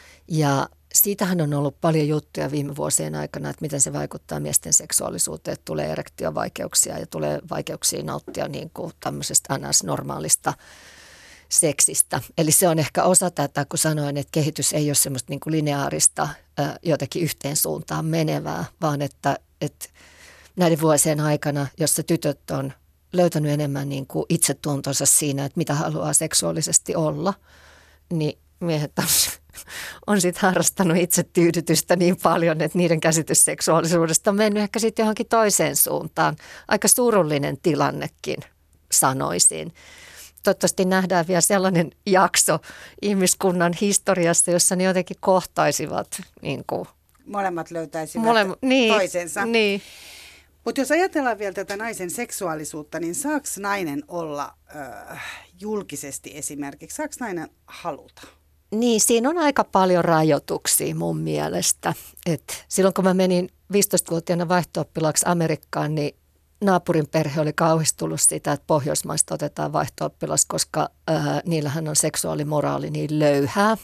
Ja siitähän on ollut paljon juttuja viime vuosien aikana, että miten se vaikuttaa miesten seksuaalisuuteen, että tulee erektiovaikeuksia ja tulee vaikeuksia nauttia niin kuin tämmöisestä N S-normaalista seksistä. Eli se on ehkä osa tätä, kun sanoin, että kehitys ei ole semmoista niin kuin lineaarista jotenkin yhteen suuntaan menevää, vaan että, että näiden vuosien aikana, jossa tytöt on löytänyt enemmän niin kuin itsetuntonsa siinä, että mitä haluaa seksuaalisesti olla, niin miehet on, on sitten harrastanut itsetyydytystä niin paljon, että niiden käsitys seksuaalisuudesta on mennyt ehkä sitten johonkin toiseen suuntaan. Aika surullinen tilannekin, sanoisin. Toivottavasti nähdään vielä sellainen jakso ihmiskunnan historiassa, jossa ne jotenkin kohtaisivat. Niin kuin, molemmat löytäisivät molem- niin, toisensa. Niin. Mutta jos ajatellaan vielä tätä naisen seksuaalisuutta, niin saako nainen olla äh, julkisesti esimerkiksi? Saako nainen haluta? Niin, siinä on aika paljon rajoituksia mun mielestä. Et silloin kun mä menin viisitoistavuotiaana vaihto-oppilaaksi Amerikkaan, niin naapurin perhe oli kauhistunut sitä, että Pohjoismaista otetaan vaihto-oppilas, koska ää, niillähän on seksuaalimoraali niin löyhää.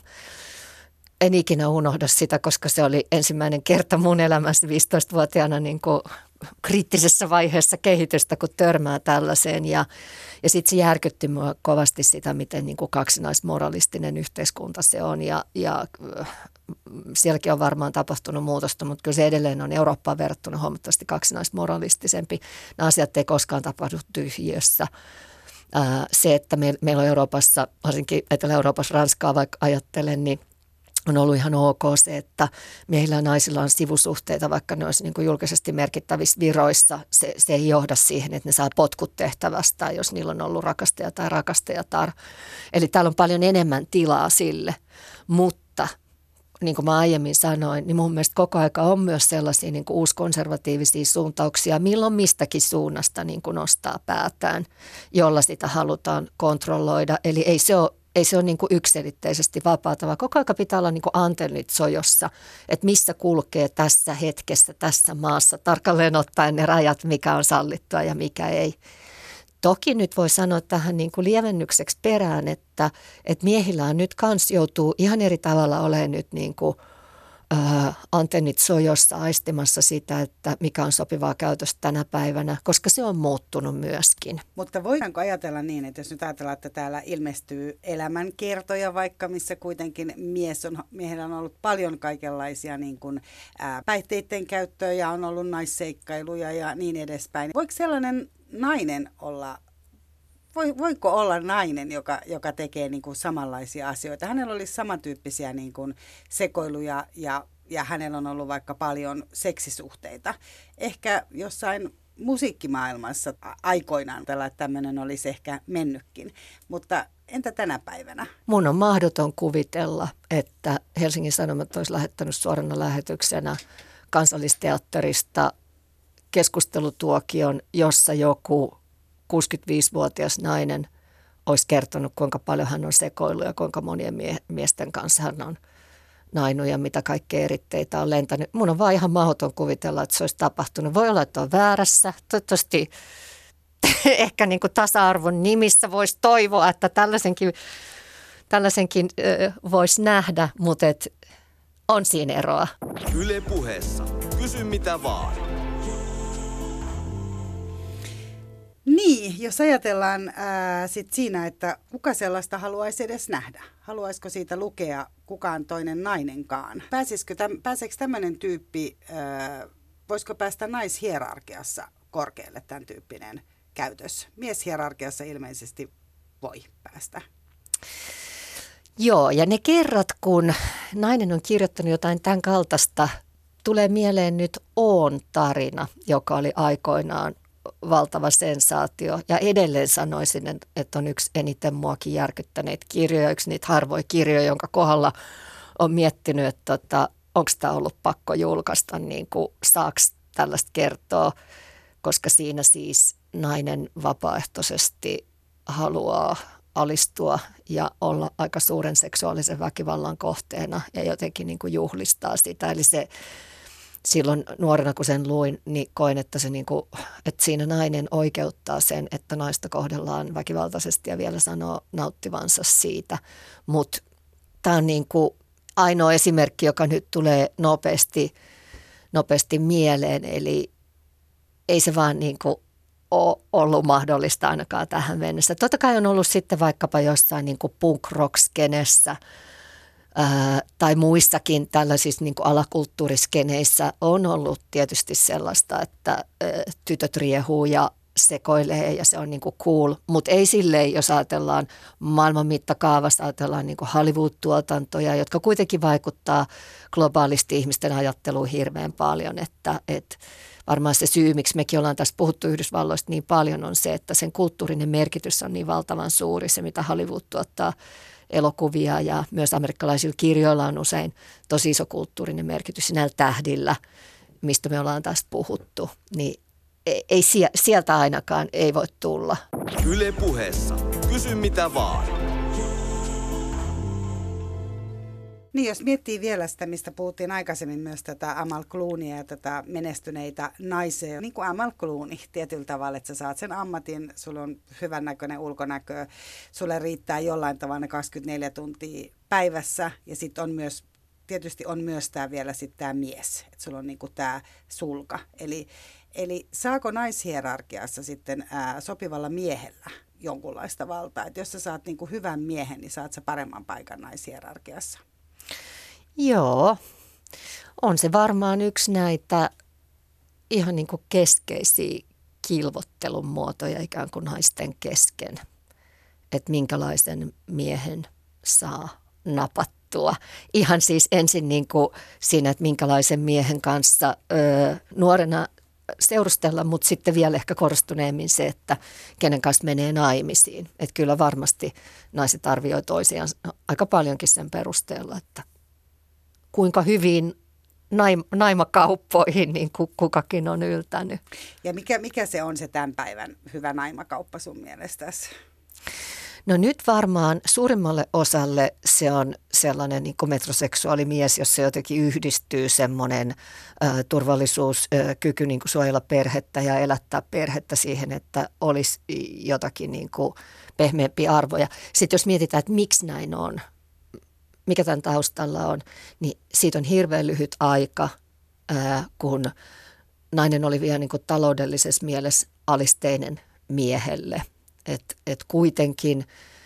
En ikinä unohda sitä, koska se oli ensimmäinen kerta mun elämässä viisitoistavuotiaana niin kuin kriittisessä vaiheessa kehitystä, kun törmää tällaiseen. Ja, ja sitten se järkytti mua kovasti sitä, miten niin kuin kaksinaismoralistinen yhteiskunta se on. Ja, ja sielläkin on varmaan tapahtunut muutosta, mutta kyllä se edelleen on Eurooppaan verrattuna huomattavasti kaksinaismoralistisempi. Nämä asiat ei koskaan tapahdu tyhjiössä. Ää, se, että me, meillä on Euroopassa, varsinkin Etelä-Euroopassa, Ranskaa vaikka ajattelen, niin on ollut ihan ok se, että miehillä ja naisilla on sivusuhteita, vaikka ne olisi niin kuin julkisesti merkittävissä viroissa. Se, se ei johda siihen, että ne saa potkut tehtävästä, jos niillä on ollut rakastaja tai rakastajatar. Eli täällä on paljon enemmän tilaa sille, mutta niin kuin mä aiemmin sanoin, niin mun mielestä koko aika on myös sellaisia niin kuin uuskonservatiivisia suuntauksia, milloin mistäkin suunnasta niin kuin nostaa päätään, jolla sitä halutaan kontrolloida. Eli ei se ole Ei se ole niin kuin yksiselitteisesti vapaata, vaan koko ajan pitää olla niin kuin antennit sojossa, että missä kulkee tässä hetkessä, tässä maassa, tarkalleen ottaen ne rajat, mikä on sallittua ja mikä ei. Toki nyt voi sanoa tähän niin kuin lievennykseksi perään, että, että miehillä on nyt kans joutuu ihan eri tavalla olemaan nyt niin kuin, ää, antennit sojossa aistimassa sitä, että mikä on sopivaa käytöstä tänä päivänä, koska se on muuttunut myöskin. Mutta voidaanko ajatella niin, että jos nyt ajatellaan, että täällä ilmestyy elämänkertoja vaikka, missä kuitenkin mies on, miehellä on ollut paljon kaikenlaisia niin kuin, ää, päihteiden käyttöä ja on ollut naisseikkailuja ja niin edespäin. Voiko sellainen nainen olla, voi, voiko olla nainen, joka, joka tekee niin kuin samanlaisia asioita? Hänellä olisi samantyyppisiä niin kuin sekoiluja ja, ja hänellä on ollut vaikka paljon seksisuhteita. Ehkä jossain musiikkimaailmassa aikoinaan tällä tämmöinen olisi ehkä mennytkin, mutta entä tänä päivänä? Mun on mahdoton kuvitella, että Helsingin Sanomat olisi lähettänyt suorana lähetyksenä Kansallisteatterista keskustelutuokion, jossa joku kuusikymmentäviisivuotias nainen olisi kertonut, kuinka paljon hän on sekoillut ja kuinka monien mie- miesten kanssa hän on nainut ja mitä kaikkea eritteitä on lentänyt. Mun on vaan ihan mahdoton kuvitella, että se olisi tapahtunut. Voi olla, että on väärässä. Toivottavasti ehkä niin kuin tasa-arvon nimissä voisi toivoa, että tällaisenkin, tällaisenkin äh, voisi nähdä, mutta et on siinä eroa. Yle Puheessa. Kysy mitä vaan. Niin, jos ajatellaan ää, sit siinä, että kuka sellaista haluaisi edes nähdä. Haluaisiko siitä lukea kukaan toinen nainenkaan? Pääsisikö täm, pääseekö tämmöinen tyyppi, ää, voisiko päästä naishierarkiassa korkealle tämän tyyppinen käytös? Mieshierarkiassa ilmeisesti voi päästä. Joo, ja ne kerrat, kun nainen on kirjoittanut jotain tämän kaltaista, tulee mieleen nyt Oon tarina, joka oli aikoinaan valtava sensaatio. Ja edelleen sanoisin, että on yksi eniten muakin järkyttäneitä kirjoja, yksi niitä harvoja kirjoja, jonka kohdalla on miettinyt, että tota, onko tämä ollut pakko julkaista, niin kuin saako tällaista kertoa, koska siinä siis nainen vapaaehtoisesti haluaa alistua ja olla aika suuren seksuaalisen väkivallan kohteena ja jotenkin niin kuin juhlistaa sitä. Eli se silloin nuorena, kun sen luin, niin koin, että, se niin kuin, että siinä nainen oikeuttaa sen, että naista kohdellaan väkivaltaisesti ja vielä sanoo nauttivansa siitä. Mutta tämä on niin kuin ainoa esimerkki, joka nyt tulee nopeasti, nopeasti mieleen. Eli ei se vaan niin kuin ole ollut mahdollista ainakaan tähän mennessä. Totta kai on ollut sitten vaikkapa jossain niin kuin punk-rock-skenessä ää, tai muissakin tällaisissa niin kuin alakulttuuriskeneissä on ollut tietysti sellaista, että ää, tytöt riehuu ja sekoilee ja se on niin kuin cool, mutta ei silleen, jos ajatellaan maailman mittakaavassa, ajatellaan niin kuin Hollywood-tuotantoja, jotka kuitenkin vaikuttaa globaalisti ihmisten ajatteluun hirveän paljon, että, että varmaan se syy, miksi mekin ollaan tässä puhuttu Yhdysvalloista niin paljon, on se, että sen kulttuurinen merkitys on niin valtavan suuri, se mitä Hollywood tuottaa elokuvia ja myös amerikkalaisilla kirjoilla on usein tosi iso kulttuurinen merkitys näillä tähdillä, mistä me ollaan tässä puhuttu, niin ei sieltä ainakaan ei voi tulla. Yle Puheessa. Kysy mitä vaan. Niin, jos miettii vielä sitä, mistä puhuttiin aikaisemmin myös tätä Amal Clooneya ja tätä menestyneitä naisia, niin kuin Amal Clooney tietyllä tavalla, että sä saat sen ammatin, sulla on hyvän näköinen ulkonäkö, sulle riittää jollain tavalla ne kaksikymmentäneljä tuntia päivässä ja sitten on myös, tietysti on myös tämä vielä sitten tämä mies, että sulla on niin kuin tämä sulka, eli Eli saako naishierarkiassa sitten ää, sopivalla miehellä jonkunlaista valtaa? Että jos sä saat niin kuin hyvän miehen, niin saat sä paremman paikan naishierarkiassa. Joo, on se varmaan yksi näitä ihan niin kuin keskeisiä kilvottelun muotoja ikään kuin naisten kesken. Että minkälaisen miehen saa napattua. Ihan siis ensin niin kuin siinä, että minkälaisen miehen kanssa öö, nuorena seurustella, mutta sitten vielä ehkä korostuneemmin se, että kenen kanssa menee naimisiin. Että kyllä varmasti naiset arvioi toisiaan aika paljonkin sen perusteella, että kuinka hyvin naim- naimakauppoihin niin kukakin on yltänyt. Ja mikä, mikä se on se tämän päivän hyvä naimakauppa sun mielestäsi? No nyt varmaan suurimmalle osalle se on sellainen niin kuin metroseksuaalimies, jossa jotenkin yhdistyy semmoinen ä, turvallisuuskyky niin kuin suojella perhettä ja elättää perhettä siihen, että olisi jotakin niin kuin pehmeämpiä arvoja. Sitten jos mietitään, että miksi näin on, mikä tämän taustalla on, niin siitä on hirveän lyhyt aika, ä, kun nainen oli vielä niin kuin taloudellisessa mielessä alisteinen miehelle. Että et kuitenkin,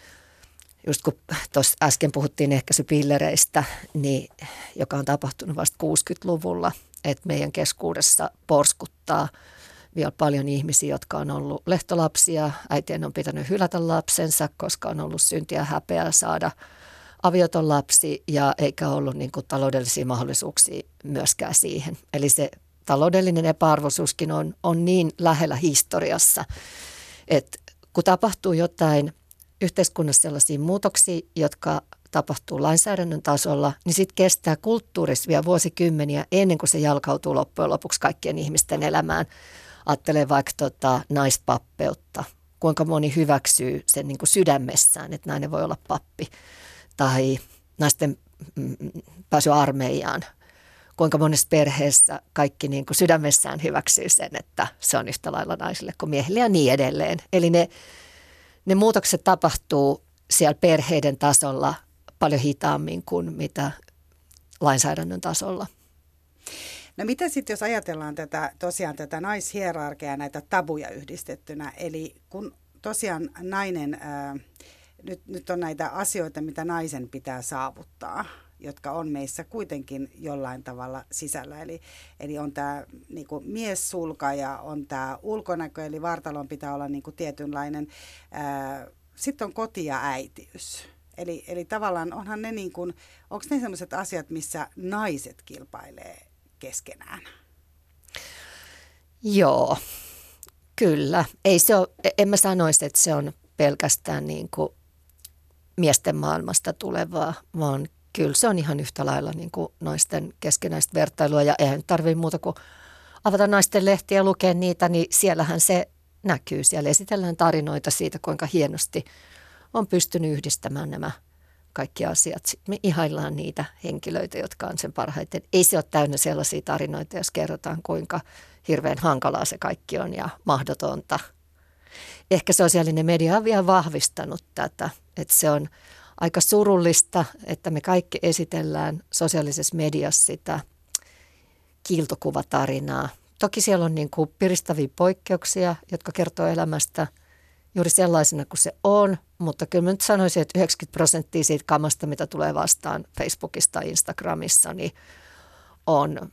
just kun tuossa äsken puhuttiin ehkäisypillereistä, niin, joka on tapahtunut vasta kuusikymmentäluvulla, että meidän keskuudessa porskuttaa vielä paljon ihmisiä, jotka on ollut lehtolapsia. Äitien on pitänyt hylätä lapsensa, koska on ollut syntiä ja häpeää saada avioton lapsi ja eikä ollut niin kuin taloudellisia mahdollisuuksia myöskään siihen. Eli se taloudellinen epäarvoisuuskin on, on niin lähellä historiassa, että kun tapahtuu jotain yhteiskunnassa sellaisia muutoksia, jotka tapahtuu lainsäädännön tasolla, niin sitten kestää kulttuurissa vielä vuosikymmeniä ennen kuin se jalkautuu loppujen lopuksi kaikkien ihmisten elämään. Ajattelee vaikka tota naispappeutta, kuinka moni hyväksyy sen niin kuin sydämessään, että nainen voi olla pappi, tai naisten mm, pääsy armeijaan. Kuinka monessa perheessä kaikki niin kuin sydämessään hyväksyy sen, että se on yhtä lailla naisille kuin miehille ja niin edelleen. Eli ne, ne muutokset tapahtuu siellä perheiden tasolla paljon hitaammin kuin mitä lainsäädännön tasolla. No mitä sitten, jos ajatellaan tätä, tosiaan tätä naishierarkiaa ja näitä tabuja yhdistettynä, eli kun tosiaan nainen, ää, nyt, nyt on näitä asioita, mitä naisen pitää saavuttaa, jotka on meissä kuitenkin jollain tavalla sisällä. Eli, eli on tämä niinku miessulka ja on tämä ulkonäkö, eli vartalon pitää olla niinku tietynlainen. Sitten on koti ja äitiys. Eli, eli tavallaan onhan ne, niinku, onko ne sellaiset asiat, missä naiset kilpailee keskenään? Joo, kyllä. Ei se ole, en mä sanoisi, että se on pelkästään niinku miesten maailmasta tulevaa, vaan kyllä se on ihan yhtä lailla niin kuin naisten keskenäistä vertailua ja eihän tarvitse muuta kuin avata naisten lehtiä ja lukea niitä, niin siellähän se näkyy. Siellä esitellään tarinoita siitä, kuinka hienosti on pystynyt yhdistämään nämä kaikki asiat. Sitten me ihaillaan niitä henkilöitä, jotka on sen parhaiten. Ei se ole täynnä sellaisia tarinoita, jos kerrotaan, kuinka hirveän hankalaa se kaikki on ja mahdotonta. Ehkä sosiaalinen media on vielä vahvistanut tätä, että se on aika surullista, että me kaikki esitellään sosiaalisessa mediassa sitä kiiltokuvatarinaa, toki siellä on niin kuin piristäviä poikkeuksia, jotka kertoo elämästä juuri sellaisena kuin se on, mutta kyllä mä nyt sanoisin, että yhdeksänkymmentä prosenttia siitä kamasta, mitä tulee vastaan Facebookissa tai Instagramissa, niin on,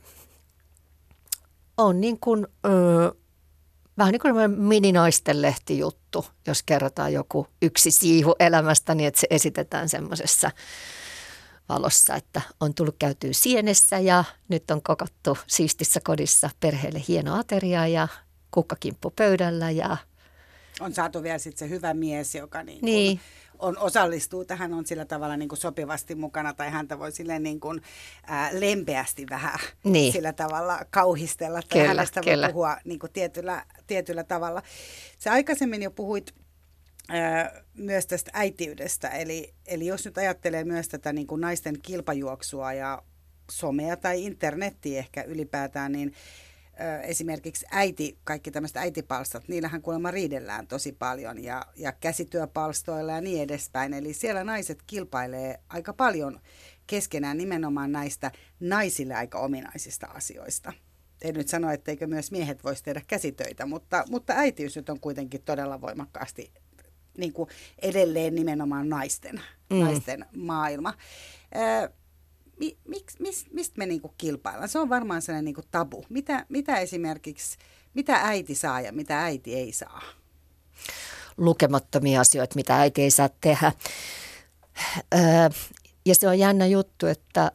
on niin kuin, öö, vähän niin kuin mininaisten lehtijuttu, jos kerrotaan joku yksi siivu elämästä, niin että se esitetään semmoisessa valossa, että on tullut käytyä sienessä ja nyt on kokattu siistissä kodissa perheelle hieno ateria ja kukkakimppu pöydällä ja on saatu vielä sitten se hyvä mies, joka niin niin. on, osallistuu tähän, on sillä tavalla niin kuin sopivasti mukana tai häntä voi silleen niin kuin, ää, lempeästi vähän niin. sillä tavalla kauhistella tai kyllä, hänestä kyllä. voi puhua niin kuin tietyllä, tietyllä tavalla. Sä aikaisemmin jo puhuit ää, myös tästä äitiydestä, eli, eli jos nyt ajattelee myös tätä niin kuin naisten kilpajuoksua ja somea tai internettiä ehkä ylipäätään, niin esimerkiksi äiti, kaikki tämmöiset äitipalstat, niillähän kuulemma riidellään tosi paljon ja, ja käsityöpalstoilla ja niin edespäin. Eli siellä naiset kilpailee aika paljon keskenään nimenomaan näistä naisille aika ominaisista asioista. En nyt sano, etteikö myös miehet voisi tehdä käsitöitä, mutta, mutta äitiys nyt on kuitenkin todella voimakkaasti niin kuin edelleen nimenomaan naisten, mm. naisten maailma. Ö, Miks, mis, mistä me niinku kilpaillaan? Se on varmaan sellainen niinku tabu. Mitä, mitä esimerkiksi, mitä äiti saa ja mitä äiti ei saa? Lukemattomia asioita, mitä äiti ei saa tehdä. Öö, ja se on jännä juttu, että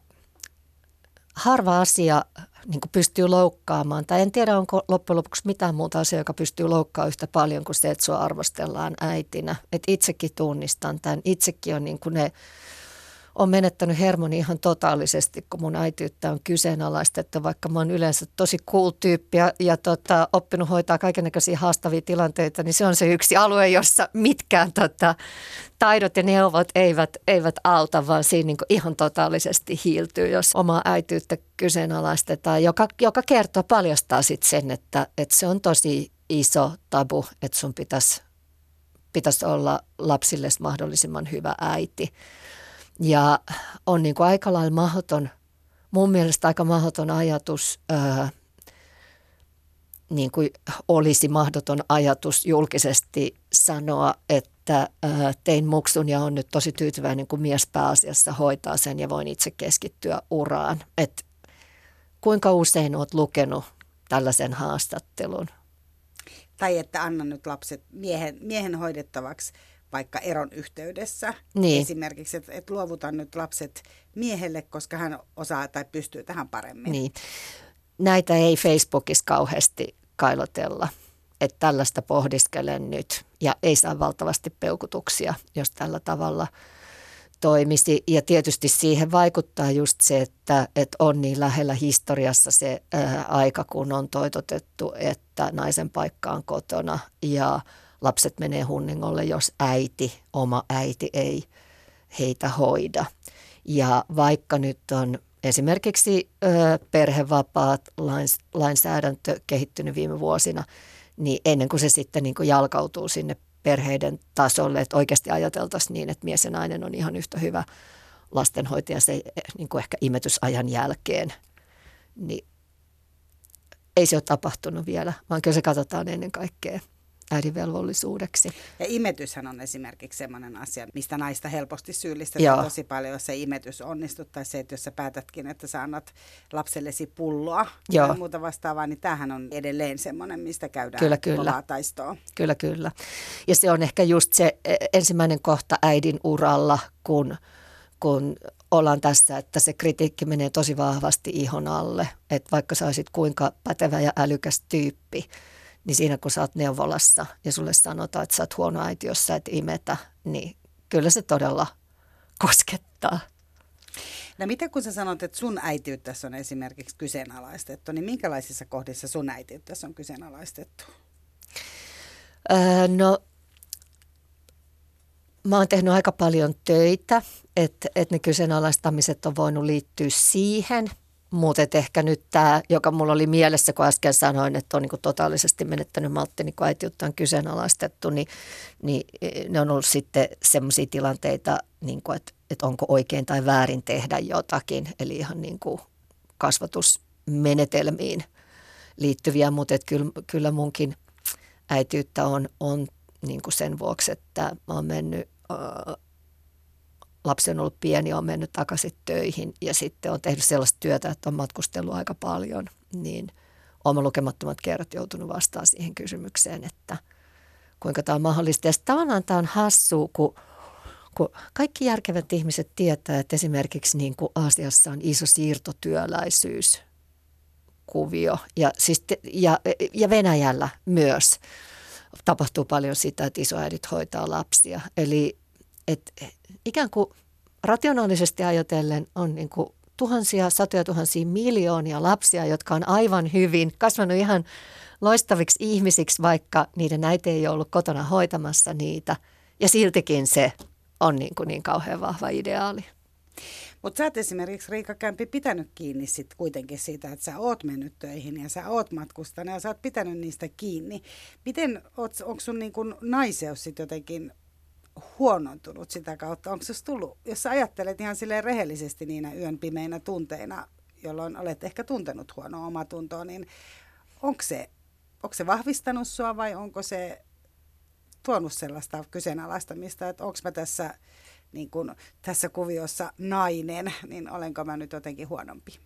harva asia niin kuin pystyy loukkaamaan. Tai en tiedä, onko loppujen lopuksi mitään muuta asiaa, joka pystyy loukkaamaan yhtä paljon kuin se, että sua arvostellaan äitinä. Et itsekin tunnistan tämän. Itsekin on niin kuin ne... Olen menettänyt hermoni ihan totaalisesti, kun mun äitiyttä on kyseenalaistettu, vaikka mä oon yleensä tosi cool tyyppi ja, ja tota, oppinut hoitaa kaikennäköisiä haastavia tilanteita, niin se on se yksi alue, jossa mitkään tota, taidot ja neuvot eivät, eivät auta, vaan siinä niin kuin ihan totaalisesti hiiltyy, jos omaa äitiyttä kyseenalaistetaan, joka, joka kertoo, paljastaa sitten sen, että, että se on tosi iso tabu, että sun pitäisi, pitäisi olla lapsille mahdollisimman hyvä äiti. Ja on niin kuin aika lailla mahdoton, mun mielestä aika mahdoton ajatus, ää, niin kuin olisi mahdoton ajatus julkisesti sanoa, että ää, tein muksun ja on nyt tosi tyytyväinen, kun mies pääasiassa hoitaa sen ja voin itse keskittyä uraan. Et kuinka usein olet lukenut tällaisen haastattelun? Tai että anna nyt lapset miehen, miehen hoidettavaksi. Vaikka eron yhteydessä. Niin. Esimerkiksi, että et luovutan nyt lapset miehelle, koska hän osaa tai pystyy tähän paremmin. Niin. Näitä ei Facebookissa kauheasti kailotella, että tällaista pohdiskelen nyt ja ei saa valtavasti peukutuksia, jos tällä tavalla toimisi. Ja tietysti siihen vaikuttaa just se, että, että on niin lähellä historiassa se ää, aika, kun on toitotettu, että naisen paikka on kotona ja lapset menee hunningolle, jos äiti, oma äiti ei heitä hoida. Ja vaikka nyt on esimerkiksi ö, perhevapaat lains, lainsäädäntö kehittynyt viime vuosina, niin ennen kuin se sitten niin kuin jalkautuu sinne perheiden tasolle, että oikeasti ajateltaisiin niin, että mies ja nainen on ihan yhtä hyvä lastenhoitaja se niin kuin ehkä imetysajan jälkeen, niin ei se ole tapahtunut vielä, vaan kyllä se katsotaan ennen kaikkea äidinvelvollisuudeksi. Ja imetyshän on esimerkiksi sellainen asia, mistä naista helposti syyllistetään tosi paljon, jos se imetys onnistuu, tai se, että jos sä päätätkin, että sä annat lapsellesi pulloa Joo. tai muuta vastaavaa, niin tämähän on edelleen semmoinen, mistä käydään kyllä, kyllä. kovaa taistoa. Kyllä, kyllä. Ja se on ehkä just se ensimmäinen kohta äidin uralla, kun, kun ollaan tässä, että se kritiikki menee tosi vahvasti ihon alle, että vaikka sä olisit kuinka pätevä ja älykäs tyyppi, niin siinä kun sä oot neuvolassa ja sulle sanotaan, että sä oot huono äiti, jos sä et imetä, niin kyllä se todella koskettaa. No mitä kun sä sanot, että sun äitiyttäsi on esimerkiksi kyseenalaistettu, niin minkälaisissa kohdissa sun äitiyttäsi on kyseenalaistettu? Öö, no mä oon tehnyt aika paljon töitä, että, että ne kyseenalaistamiset on voinut liittyä siihen. Mutta ehkä nyt tämä, joka mulla oli mielessä, kun äsken sanoin, että on niin kuin totaalisesti menettänyt malttini, kun äitiyttä on kyseenalaistettu, niin, niin ne on ollut sitten sellaisia tilanteita, niin kuin, että, että onko oikein tai väärin tehdä jotakin, eli ihan niin kuin kasvatusmenetelmiin liittyviä, mutta et kyllä, kyllä munkin äitiyttä on, on niin kuin sen vuoksi, että mä oon mennyt, ää, lapsi on ollut pieni ja on mennyt takaisin töihin ja sitten on tehnyt sellaista työtä, että on matkustellut aika paljon, niin olen lukemattomat kerrat joutunut vastaamaan siihen kysymykseen, että kuinka tämä on mahdollista. Ja tavallaan tämä on hassua, kun, kun kaikki järkevät ihmiset tietää, että esimerkiksi niin kuin Aasiassa on iso siirtotyöläisyyskuvio ja, siis te, ja, ja Venäjällä myös tapahtuu paljon sitä, että isoäidit hoitaa lapsia. Eli et, ikään kuin rationaalisesti ajatellen on niin kuin tuhansia, satoja tuhansia, miljoonia lapsia, jotka on aivan hyvin kasvanut ihan loistaviksi ihmisiksi, vaikka niiden äiti ei ollut kotona hoitamassa niitä. Ja siltikin se on niin, kuin niin kauhean vahva ideaali. Mutta sä oot esimerkiksi, Riikka Kämpi, pitänyt kiinni sit kuitenkin siitä, että sä oot mennyt töihin ja sä oot matkustanut ja sä oot pitänyt niistä kiinni. Miten, onko sun niin kun naiseus sit jotenkin huonontunut sitä kautta? Onko se tullut, jos sä ajattelet ihan silleen rehellisesti niinä yön pimeinä tunteina, jolloin olet ehkä tuntenut huonoa omatuntoa, niin onko se, onko se vahvistanut sua vai onko se tuonut sellaista kyseenalaistamista, että onko mä tässä, niin kun, tässä kuviossa nainen, niin olenko mä nyt jotenkin huonompi?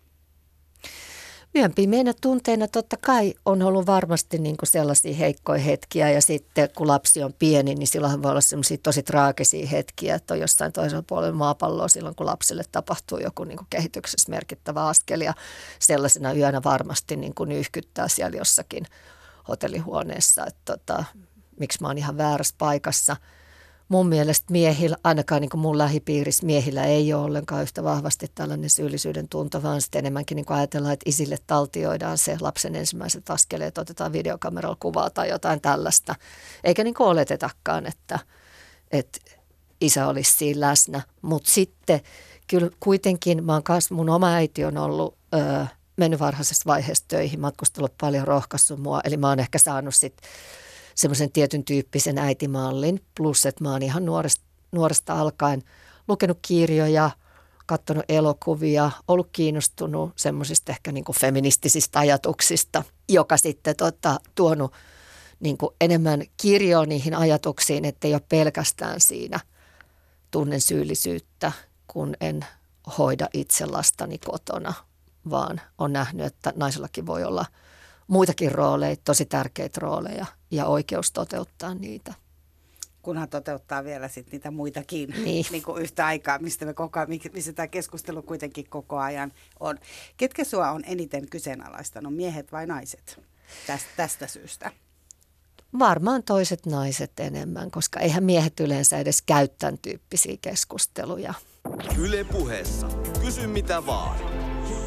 Yön pimeinä tunteina totta kai on ollut varmasti niin kuin sellaisia heikkoja hetkiä ja sitten kun lapsi on pieni, niin silloin voi olla sellaisia tosi traagisia hetkiä, että on jossain toisella puolella maapalloa silloin, kun lapselle tapahtuu joku niin kuin kehityksessä merkittävä askel ja sellaisena yönä varmasti niin kuin yhkyttää siellä jossakin hotellihuoneessa, että tota, miksi mä oon ihan väärässä paikassa. Mun mielestä miehillä, ainakaan niin kuin mun lähipiirissä miehillä ei ole ollenkaan yhtä vahvasti tällainen syyllisyyden tunto, vaan sitten enemmänkin niin kuin ajatellaan, että isille taltioidaan se lapsen ensimmäiset askeleet, otetaan videokameralla kuvaa tai jotain tällaista. Eikä niin kuin oletetakaan, että, että isä olisi siinä läsnä. Mutta sitten kyllä kuitenkin mä oon kanssa, mun oma äiti on ollut öö, mennyt varhaisessa vaiheessa töihin, matkustellut paljon, rohkaissut mua, eli mä oon ehkä saanut sitten semmoisen tietyn tyyppisen äitimallin, plus että mä oon ihan nuoresta, nuoresta alkaen lukenut kirjoja, katsonut elokuvia, ollut kiinnostunut semmoisista ehkä niin kuin feministisistä ajatuksista, joka sitten tota, tuonut niin kuin enemmän kirjoa niihin ajatuksiin, että ei ole pelkästään siinä tunnen syyllisyyttä, kun en hoida itse lastani kotona, vaan on nähnyt, että naisellakin voi olla muitakin rooleja, tosi tärkeitä rooleja ja oikeus toteuttaa niitä. Kunhan toteuttaa vielä sit niitä muitakin niin. Niin kuin yhtä aikaa, mistä me koko ajan, missä tämä keskustelu kuitenkin koko ajan on. Ketkä sua on eniten kyseenalaistanut, miehet vai naiset tästä, tästä syystä? Varmaan toiset naiset enemmän, koska eihän miehet yleensä edes käy tämän tyyppisiä keskusteluja. Yle Puheessa. Kysy mitä vaan.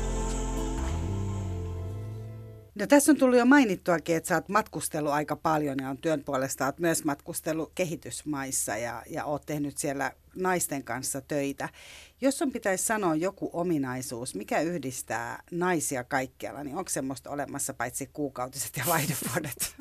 No, tässä on tullut jo mainittuakin, että sä oot matkustellut aika paljon ja on työn puolesta oot myös matkustellut kehitysmaissa ja, ja oot tehnyt siellä naisten kanssa töitä. Jos sun pitäisi sanoa joku ominaisuus, mikä yhdistää naisia kaikkialla, niin onko semmoista olemassa paitsi kuukautiset ja vaihdevuodet?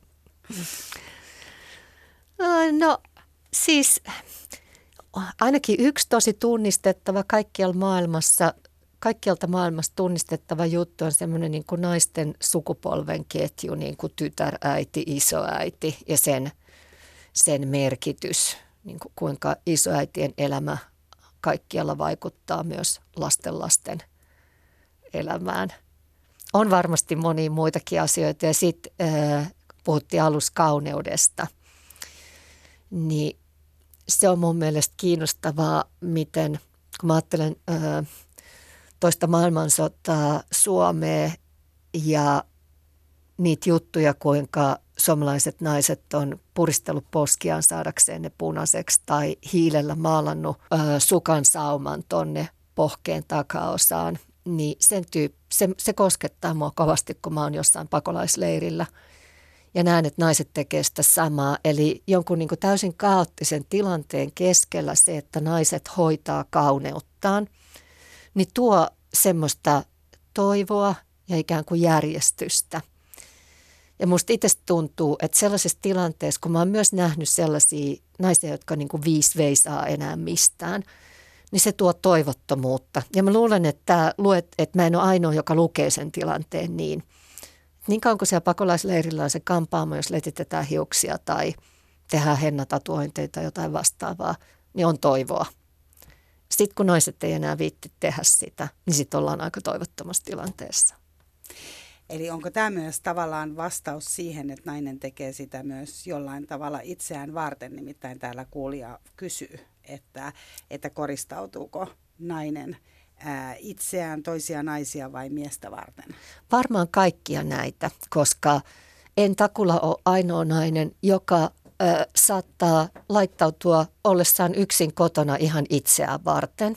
No siis ainakin yksi tosi tunnistettava kaikkialla maailmassa, kaikkialta maailmassa tunnistettava juttu on semmoinen niin kuin naisten sukupolven ketju, niin kuin tytäräiti, isoäiti ja sen, sen merkitys, niin kuin kuinka isoäitien elämä kaikkialla vaikuttaa myös lastenlasten elämään. On varmasti monia muitakin asioita ja sitten äh, puhuttiin alussa kauneudesta, niin se on mun mielestä kiinnostavaa, miten kun mä ajattelen äh, toista maailmansotaa, Suomea ja niitä juttuja, kuinka suomalaiset naiset on puristellut poskiaan saadakseen ne punaiseksi tai hiilellä maalannut ö, sukan sauman tonne pohkeen takaosaan, niin sen tyyp, se, se koskettaa mua kovasti, kun mä oon jossain pakolaisleirillä ja näen, että naiset tekee sitä samaa. Eli jonkun niin kuin täysin kaoottisen tilanteen keskellä se, että naiset hoitaa kauneuttaan, niin tuo semmoista toivoa ja ikään kuin järjestystä. Ja musta itse tuntuu, että sellaisessa tilanteessa, kun mä oon myös nähnyt sellaisia naisia, jotka niin kuin viisi veisaa enää mistään, niin se tuo toivottomuutta. Ja mä luulen, että, luet, että mä en ole ainoa, joka lukee sen tilanteen niin. Niin kauan kuin siellä pakolaisleirillä on se kampaamo, jos letitetään hiuksia tai tehdään hennatatuointeja tai jotain vastaavaa, niin on toivoa. Sitten kun naiset ei enää viitti tehdä sitä, niin sitten ollaan aika toivottomassa tilanteessa. Eli onko tämä myös tavallaan vastaus siihen, että nainen tekee sitä myös jollain tavalla itseään varten? Nimittäin täällä kuulija kysyy, että, että koristautuuko nainen ää, itseään, toisia naisia vai miestä varten? Varmaan kaikkia näitä, koska en takulla ole ainoa nainen, joka ö, saattaa laittautua ollessaan yksin kotona ihan itseään varten.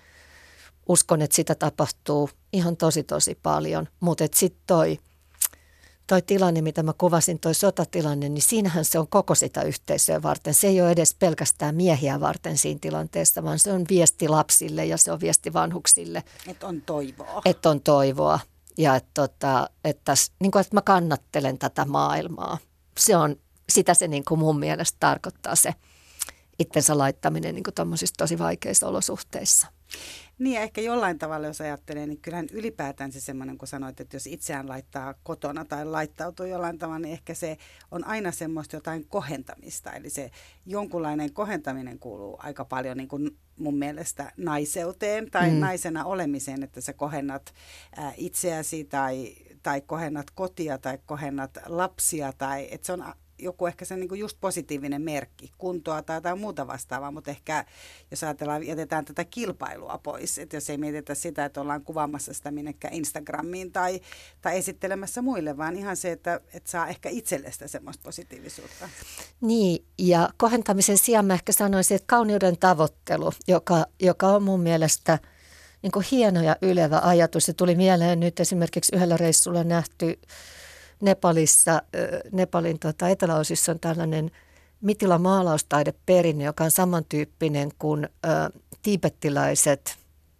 Uskon, että sitä tapahtuu ihan tosi tosi paljon, mutta sitten toi, toi tilanne, mitä mä kuvasin, toi sotatilanne, niin siinähän se on koko sitä yhteisöä varten. Se ei ole edes pelkästään miehiä varten siinä tilanteessa, vaan se on viesti lapsille ja se on viesti vanhuksille. Että on toivoa. Että on toivoa ja että, tota, että, niin kuin, että mä kannattelen tätä maailmaa. Se on, sitä se niin kuin mun mielestä tarkoittaa se itsensä laittaminen niin kuin tommosissa tosi vaikeissa olosuhteissa. Niin ja ehkä jollain tavalla, jos ajattelee, niin kyllähän ylipäätään se semmoinen, kun sanoit, että jos itseään laittaa kotona tai laittautuu jollain tavalla, niin ehkä se on aina semmoista jotain kohentamista. Eli se jonkunlainen kohentaminen kuuluu aika paljon niin kuin mun mielestä naiseuteen tai mm. naisena olemiseen, että sä kohennat ää, itseäsi tai, tai kohennat kotia tai kohennat lapsia tai että se on joku ehkä se niin kuin just positiivinen merkki, kuntoa tai jotain muuta vastaavaa, mutta ehkä jos ajatellaan, jätetään tätä kilpailua pois, että jos ei mietitä sitä, että ollaan kuvaamassa sitä minnekään Instagramiin tai, tai esittelemässä muille, vaan ihan se, että, että saa ehkä itselle sitä semmoista positiivisuutta. Niin, ja kohentamisen sijaan mä ehkä sanoisin, että kauneuden tavoittelu, joka, joka on mun mielestä niin kuin hieno ja ylevä ajatus. Se tuli mieleen nyt esimerkiksi yhdellä reissulla nähty Nepalissa, Nepalin tota, eteläosissa on tällainen Mitilan maalaustaideperin, joka on samantyyppinen kuin ä, tiibettiläiset,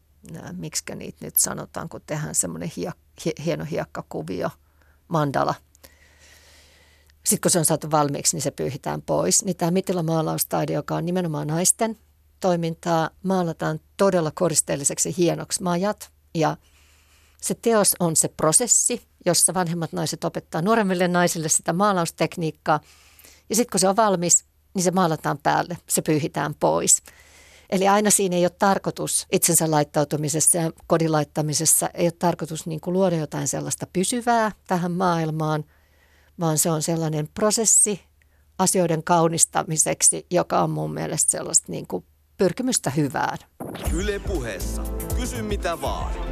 miksi niitä nyt sanotaan, kun tehdään semmoinen hiek, hieno hiekkakuvio, mandala. Sitten kun se on saatu valmiiksi, niin se pyyhitään pois. Niin tämä Mitilan maalaustaide, joka on nimenomaan naisten toimintaa, maalataan todella koristeelliseksi hienoksi majat ja se teos on se prosessi, jossa vanhemmat naiset opettaa nuoremmille naisille sitä maalaustekniikkaa. Ja sitten kun se on valmis, niin se maalataan päälle, se pyyhitään pois. Eli aina siinä ei ole tarkoitus itsensä laittautumisessa ja kodin laittamisessa, ei ole tarkoitus niin kuin luoda jotain sellaista pysyvää tähän maailmaan, vaan se on sellainen prosessi asioiden kaunistamiseksi, joka on mun mielestä sellaista niin kuin pyrkimystä hyvään. Yle Puheessa. Kysy mitä vaan.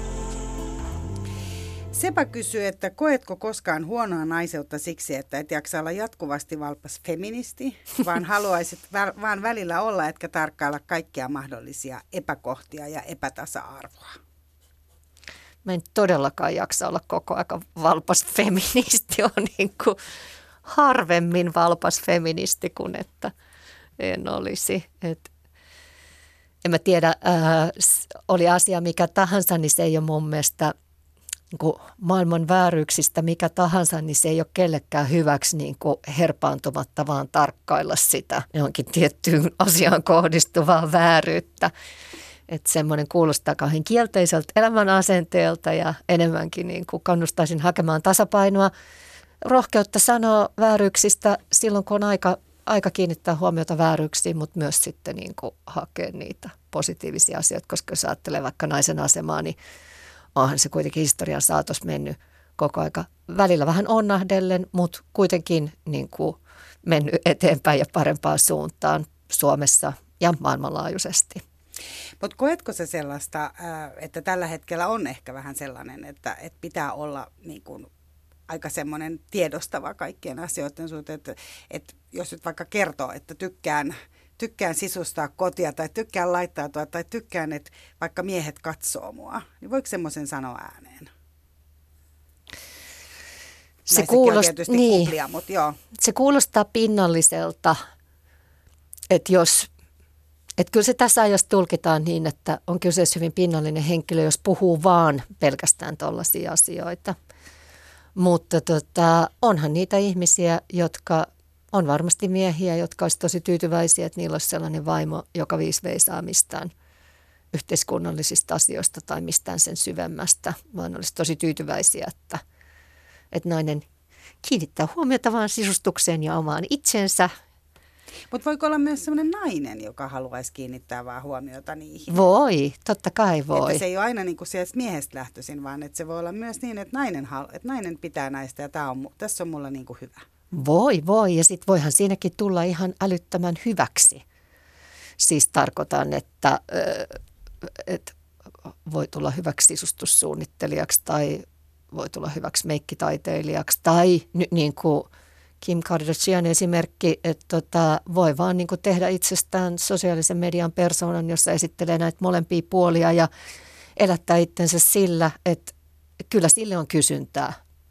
Sepä kysyy, että koetko koskaan huonoa naiseutta siksi, että et jaksa olla jatkuvasti valpas feministi, vaan haluaisit vä- vaan välillä olla, etkä tarkkailla kaikkia mahdollisia epäkohtia ja epätasa-arvoa? Mä en todellakaan jaksa olla koko ajan valpas feministi, on niin kuin harvemmin valpas feministi kuin että en olisi. Et en mä tiedä, äh, oli asia mikä tahansa, niin se ei ole mun mielestä niin kuin maailman vääryyksistä mikä tahansa, niin se ei ole kellekään hyväksi niin kuin herpaantumatta, vaan tarkkailla sitä johonkin tiettyyn asiaan kohdistuvaa vääryyttä. Että semmoinen kuulostaa kauhean kielteiseltä elämän asenteelta ja enemmänkin niin kuin kannustaisin hakemaan tasapainoa. Rohkeutta sanoa vääryyksistä silloin, kun on aika, aika kiinnittää huomiota vääryyksiin, mutta myös sitten niin kuin hakea niitä positiivisia asioita, koska jos ajattelee vaikka naisen asemaa, niin onhan se kuitenkin historian saatossa mennyt koko aika välillä vähän onnahdellen, mutta kuitenkin niin kuin mennyt eteenpäin ja parempaan suuntaan Suomessa ja maailmanlaajuisesti. Mutta koetko se sellaista, että tällä hetkellä on ehkä vähän sellainen, että, että pitää olla niin kuin aika semmoinen tiedostava kaikkien asioiden suhteen, että, että jos nyt vaikka kertoo, että tykkään, tykkään sisustaa kotia tai tykkään laittautua tai tykkään, että vaikka miehet katsoo mua, niin voiko semmoisen sanoa ääneen? Se, kuulost, niin. kuplia, mutta joo. Se kuulostaa pinnalliselta, että jos... Että kyllä se tässä ajassa tulkitaan niin, että on kyseessä hyvin pinnallinen henkilö, jos puhuu vaan pelkästään tuollaisia asioita. Mutta tota, onhan niitä ihmisiä, jotka on varmasti miehiä, jotka olisi tosi tyytyväisiä, että niillä olisi sellainen vaimo, joka viisveisaa mistään yhteiskunnallisista asioista tai mistään sen syvemmästä, vaan olisi tosi tyytyväisiä, että, että nainen kiinnittää huomiota vaan sisustukseen ja omaan itsensä. Mutta voiko olla myös sellainen nainen, joka haluaisi kiinnittää vaan huomiota niihin? Voi, totta kai voi. Että se ei ole aina niin kuin sieltä miehestä lähtöisin, vaan että se voi olla myös niin, että nainen, hal- että nainen pitää näistä ja tää on, tässä on mulla niin kuin hyvä. Voi, voi. Ja sitten voihan siinäkin tulla ihan älyttömän hyväksi. Siis tarkoitan, että, että voi tulla hyväksi sisustussuunnittelijaksi tai voi tulla hyväksi meikkitaiteilijaksi tai niin kuin Kim Kardashian esimerkki, että tota, voi vaan niin kuin tehdä itsestään sosiaalisen median persoonan, jossa esittelee näitä molempia puolia ja elättää itsensä sillä, että kyllä sille on kysyntää.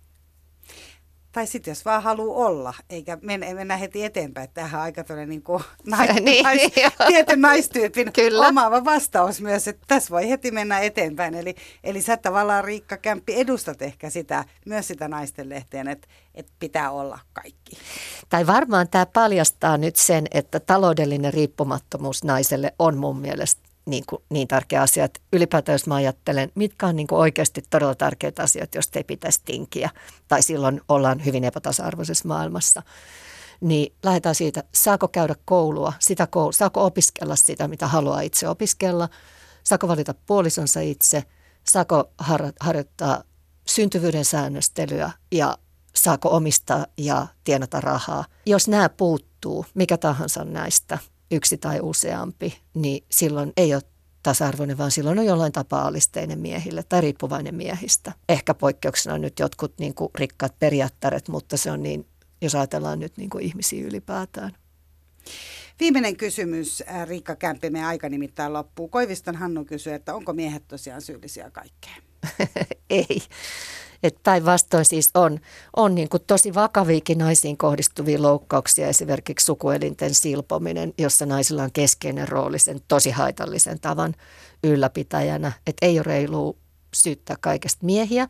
Tai sitten jos vaan haluaa olla, eikä mennä, mennä heti eteenpäin. Tämähän on aika tämmöinen niin kuin nais, niin, nais, tietyn naistyypin Kyllä. omaava vastaus myös, että tässä voi heti mennä eteenpäin. Eli, eli sä tavallaan, Riikka Kämppi, edustat ehkä sitä, myös sitä naisten lehteen, että, että pitää olla kaikki. Tai varmaan tämä paljastaa nyt sen, että taloudellinen riippumattomuus naiselle on mun mielestä niin, kuin, niin tärkeä asia, että ylipäätään jos mä ajattelen, mitkä on niin kuin oikeasti todella tärkeitä asioita, joista ei pitäisi tinkiä, tai silloin ollaan hyvin epätasa-arvoisessa maailmassa, niin lähdetään siitä, saako käydä koulua, sitä koulua, saako opiskella sitä, mitä haluaa itse opiskella, saako valita puolisonsa itse, saako har- harjoittaa syntyvyyden säännöstelyä ja saako omistaa ja tienata rahaa. Jos nämä puuttuu, mikä tahansa näistä, yksi tai useampi, niin silloin ei ole tasa-arvoinen, vaan silloin on jollain tapaa alisteinen miehille tai riippuvainen miehistä. Ehkä poikkeuksena on nyt jotkut niin kuin rikkaat periaatteet, mutta se on niin, jos ajatellaan nyt niin kuin ihmisiä ylipäätään. Viimeinen kysymys, Riikka Kämppi, meidän aika nimittäin loppuu. Koiviston Hannu kysyy, että onko miehet tosiaan syyllisiä kaikkeen? Ei. Että päinvastoin siis on, on niin kuin tosi vakaviakin naisiin kohdistuvia loukkauksia, esimerkiksi sukuelinten silpominen, jossa naisilla on keskeinen rooli sen tosi haitallisen tavan ylläpitäjänä. Että ei ole reilua syyttää kaikesta miehiä,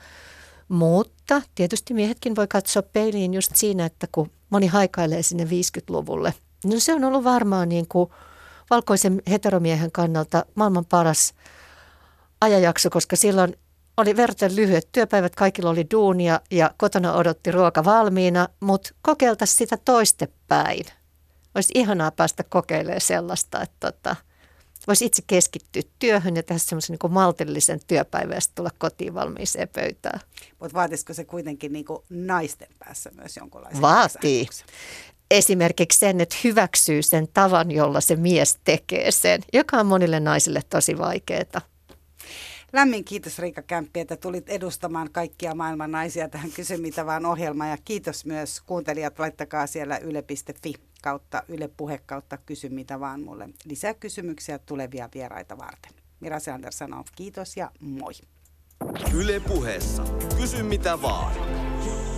mutta tietysti miehetkin voi katsoa peiliin just siinä, että kun moni haikailee sinne viisikymmentäluvulle, no se on ollut varmaan niin kuin valkoisen heteromiehen kannalta maailman paras ajanjakso, koska silloin oli verten lyhyet työpäivät, kaikilla oli duunia ja kotona odotti ruoka valmiina, mutta kokeiltaisiin sitä toistepäin. Olisi ihanaa päästä kokeilemaan sellaista, että tota, voisi itse keskittyä työhön ja tehdä semmoisen niin maltillisen työpäivän ja tulla kotiin valmiiseen pöytään. Mutta vaatisiko se kuitenkin niin kuin naisten päässä myös jonkunlaisen? Vaatii. Esimerkiksi sen, että hyväksyy sen tavan, jolla se mies tekee sen, joka on monille naisille tosi vaikeaa. Lämmin kiitos Riikka Kämppi, että tulit edustamaan kaikkia maailman naisia tähän Kysy mitä vaan -ohjelmaan. Ja kiitos myös kuuntelijat, laittakaa siellä yle piste fi kautta Yle Puhe kautta Kysy mitä vaan mulle lisää kysymyksiä tulevia vieraita varten. Mira Selander sanoo kiitos ja moi. Yle Puheessa. Kysy mitä vaan.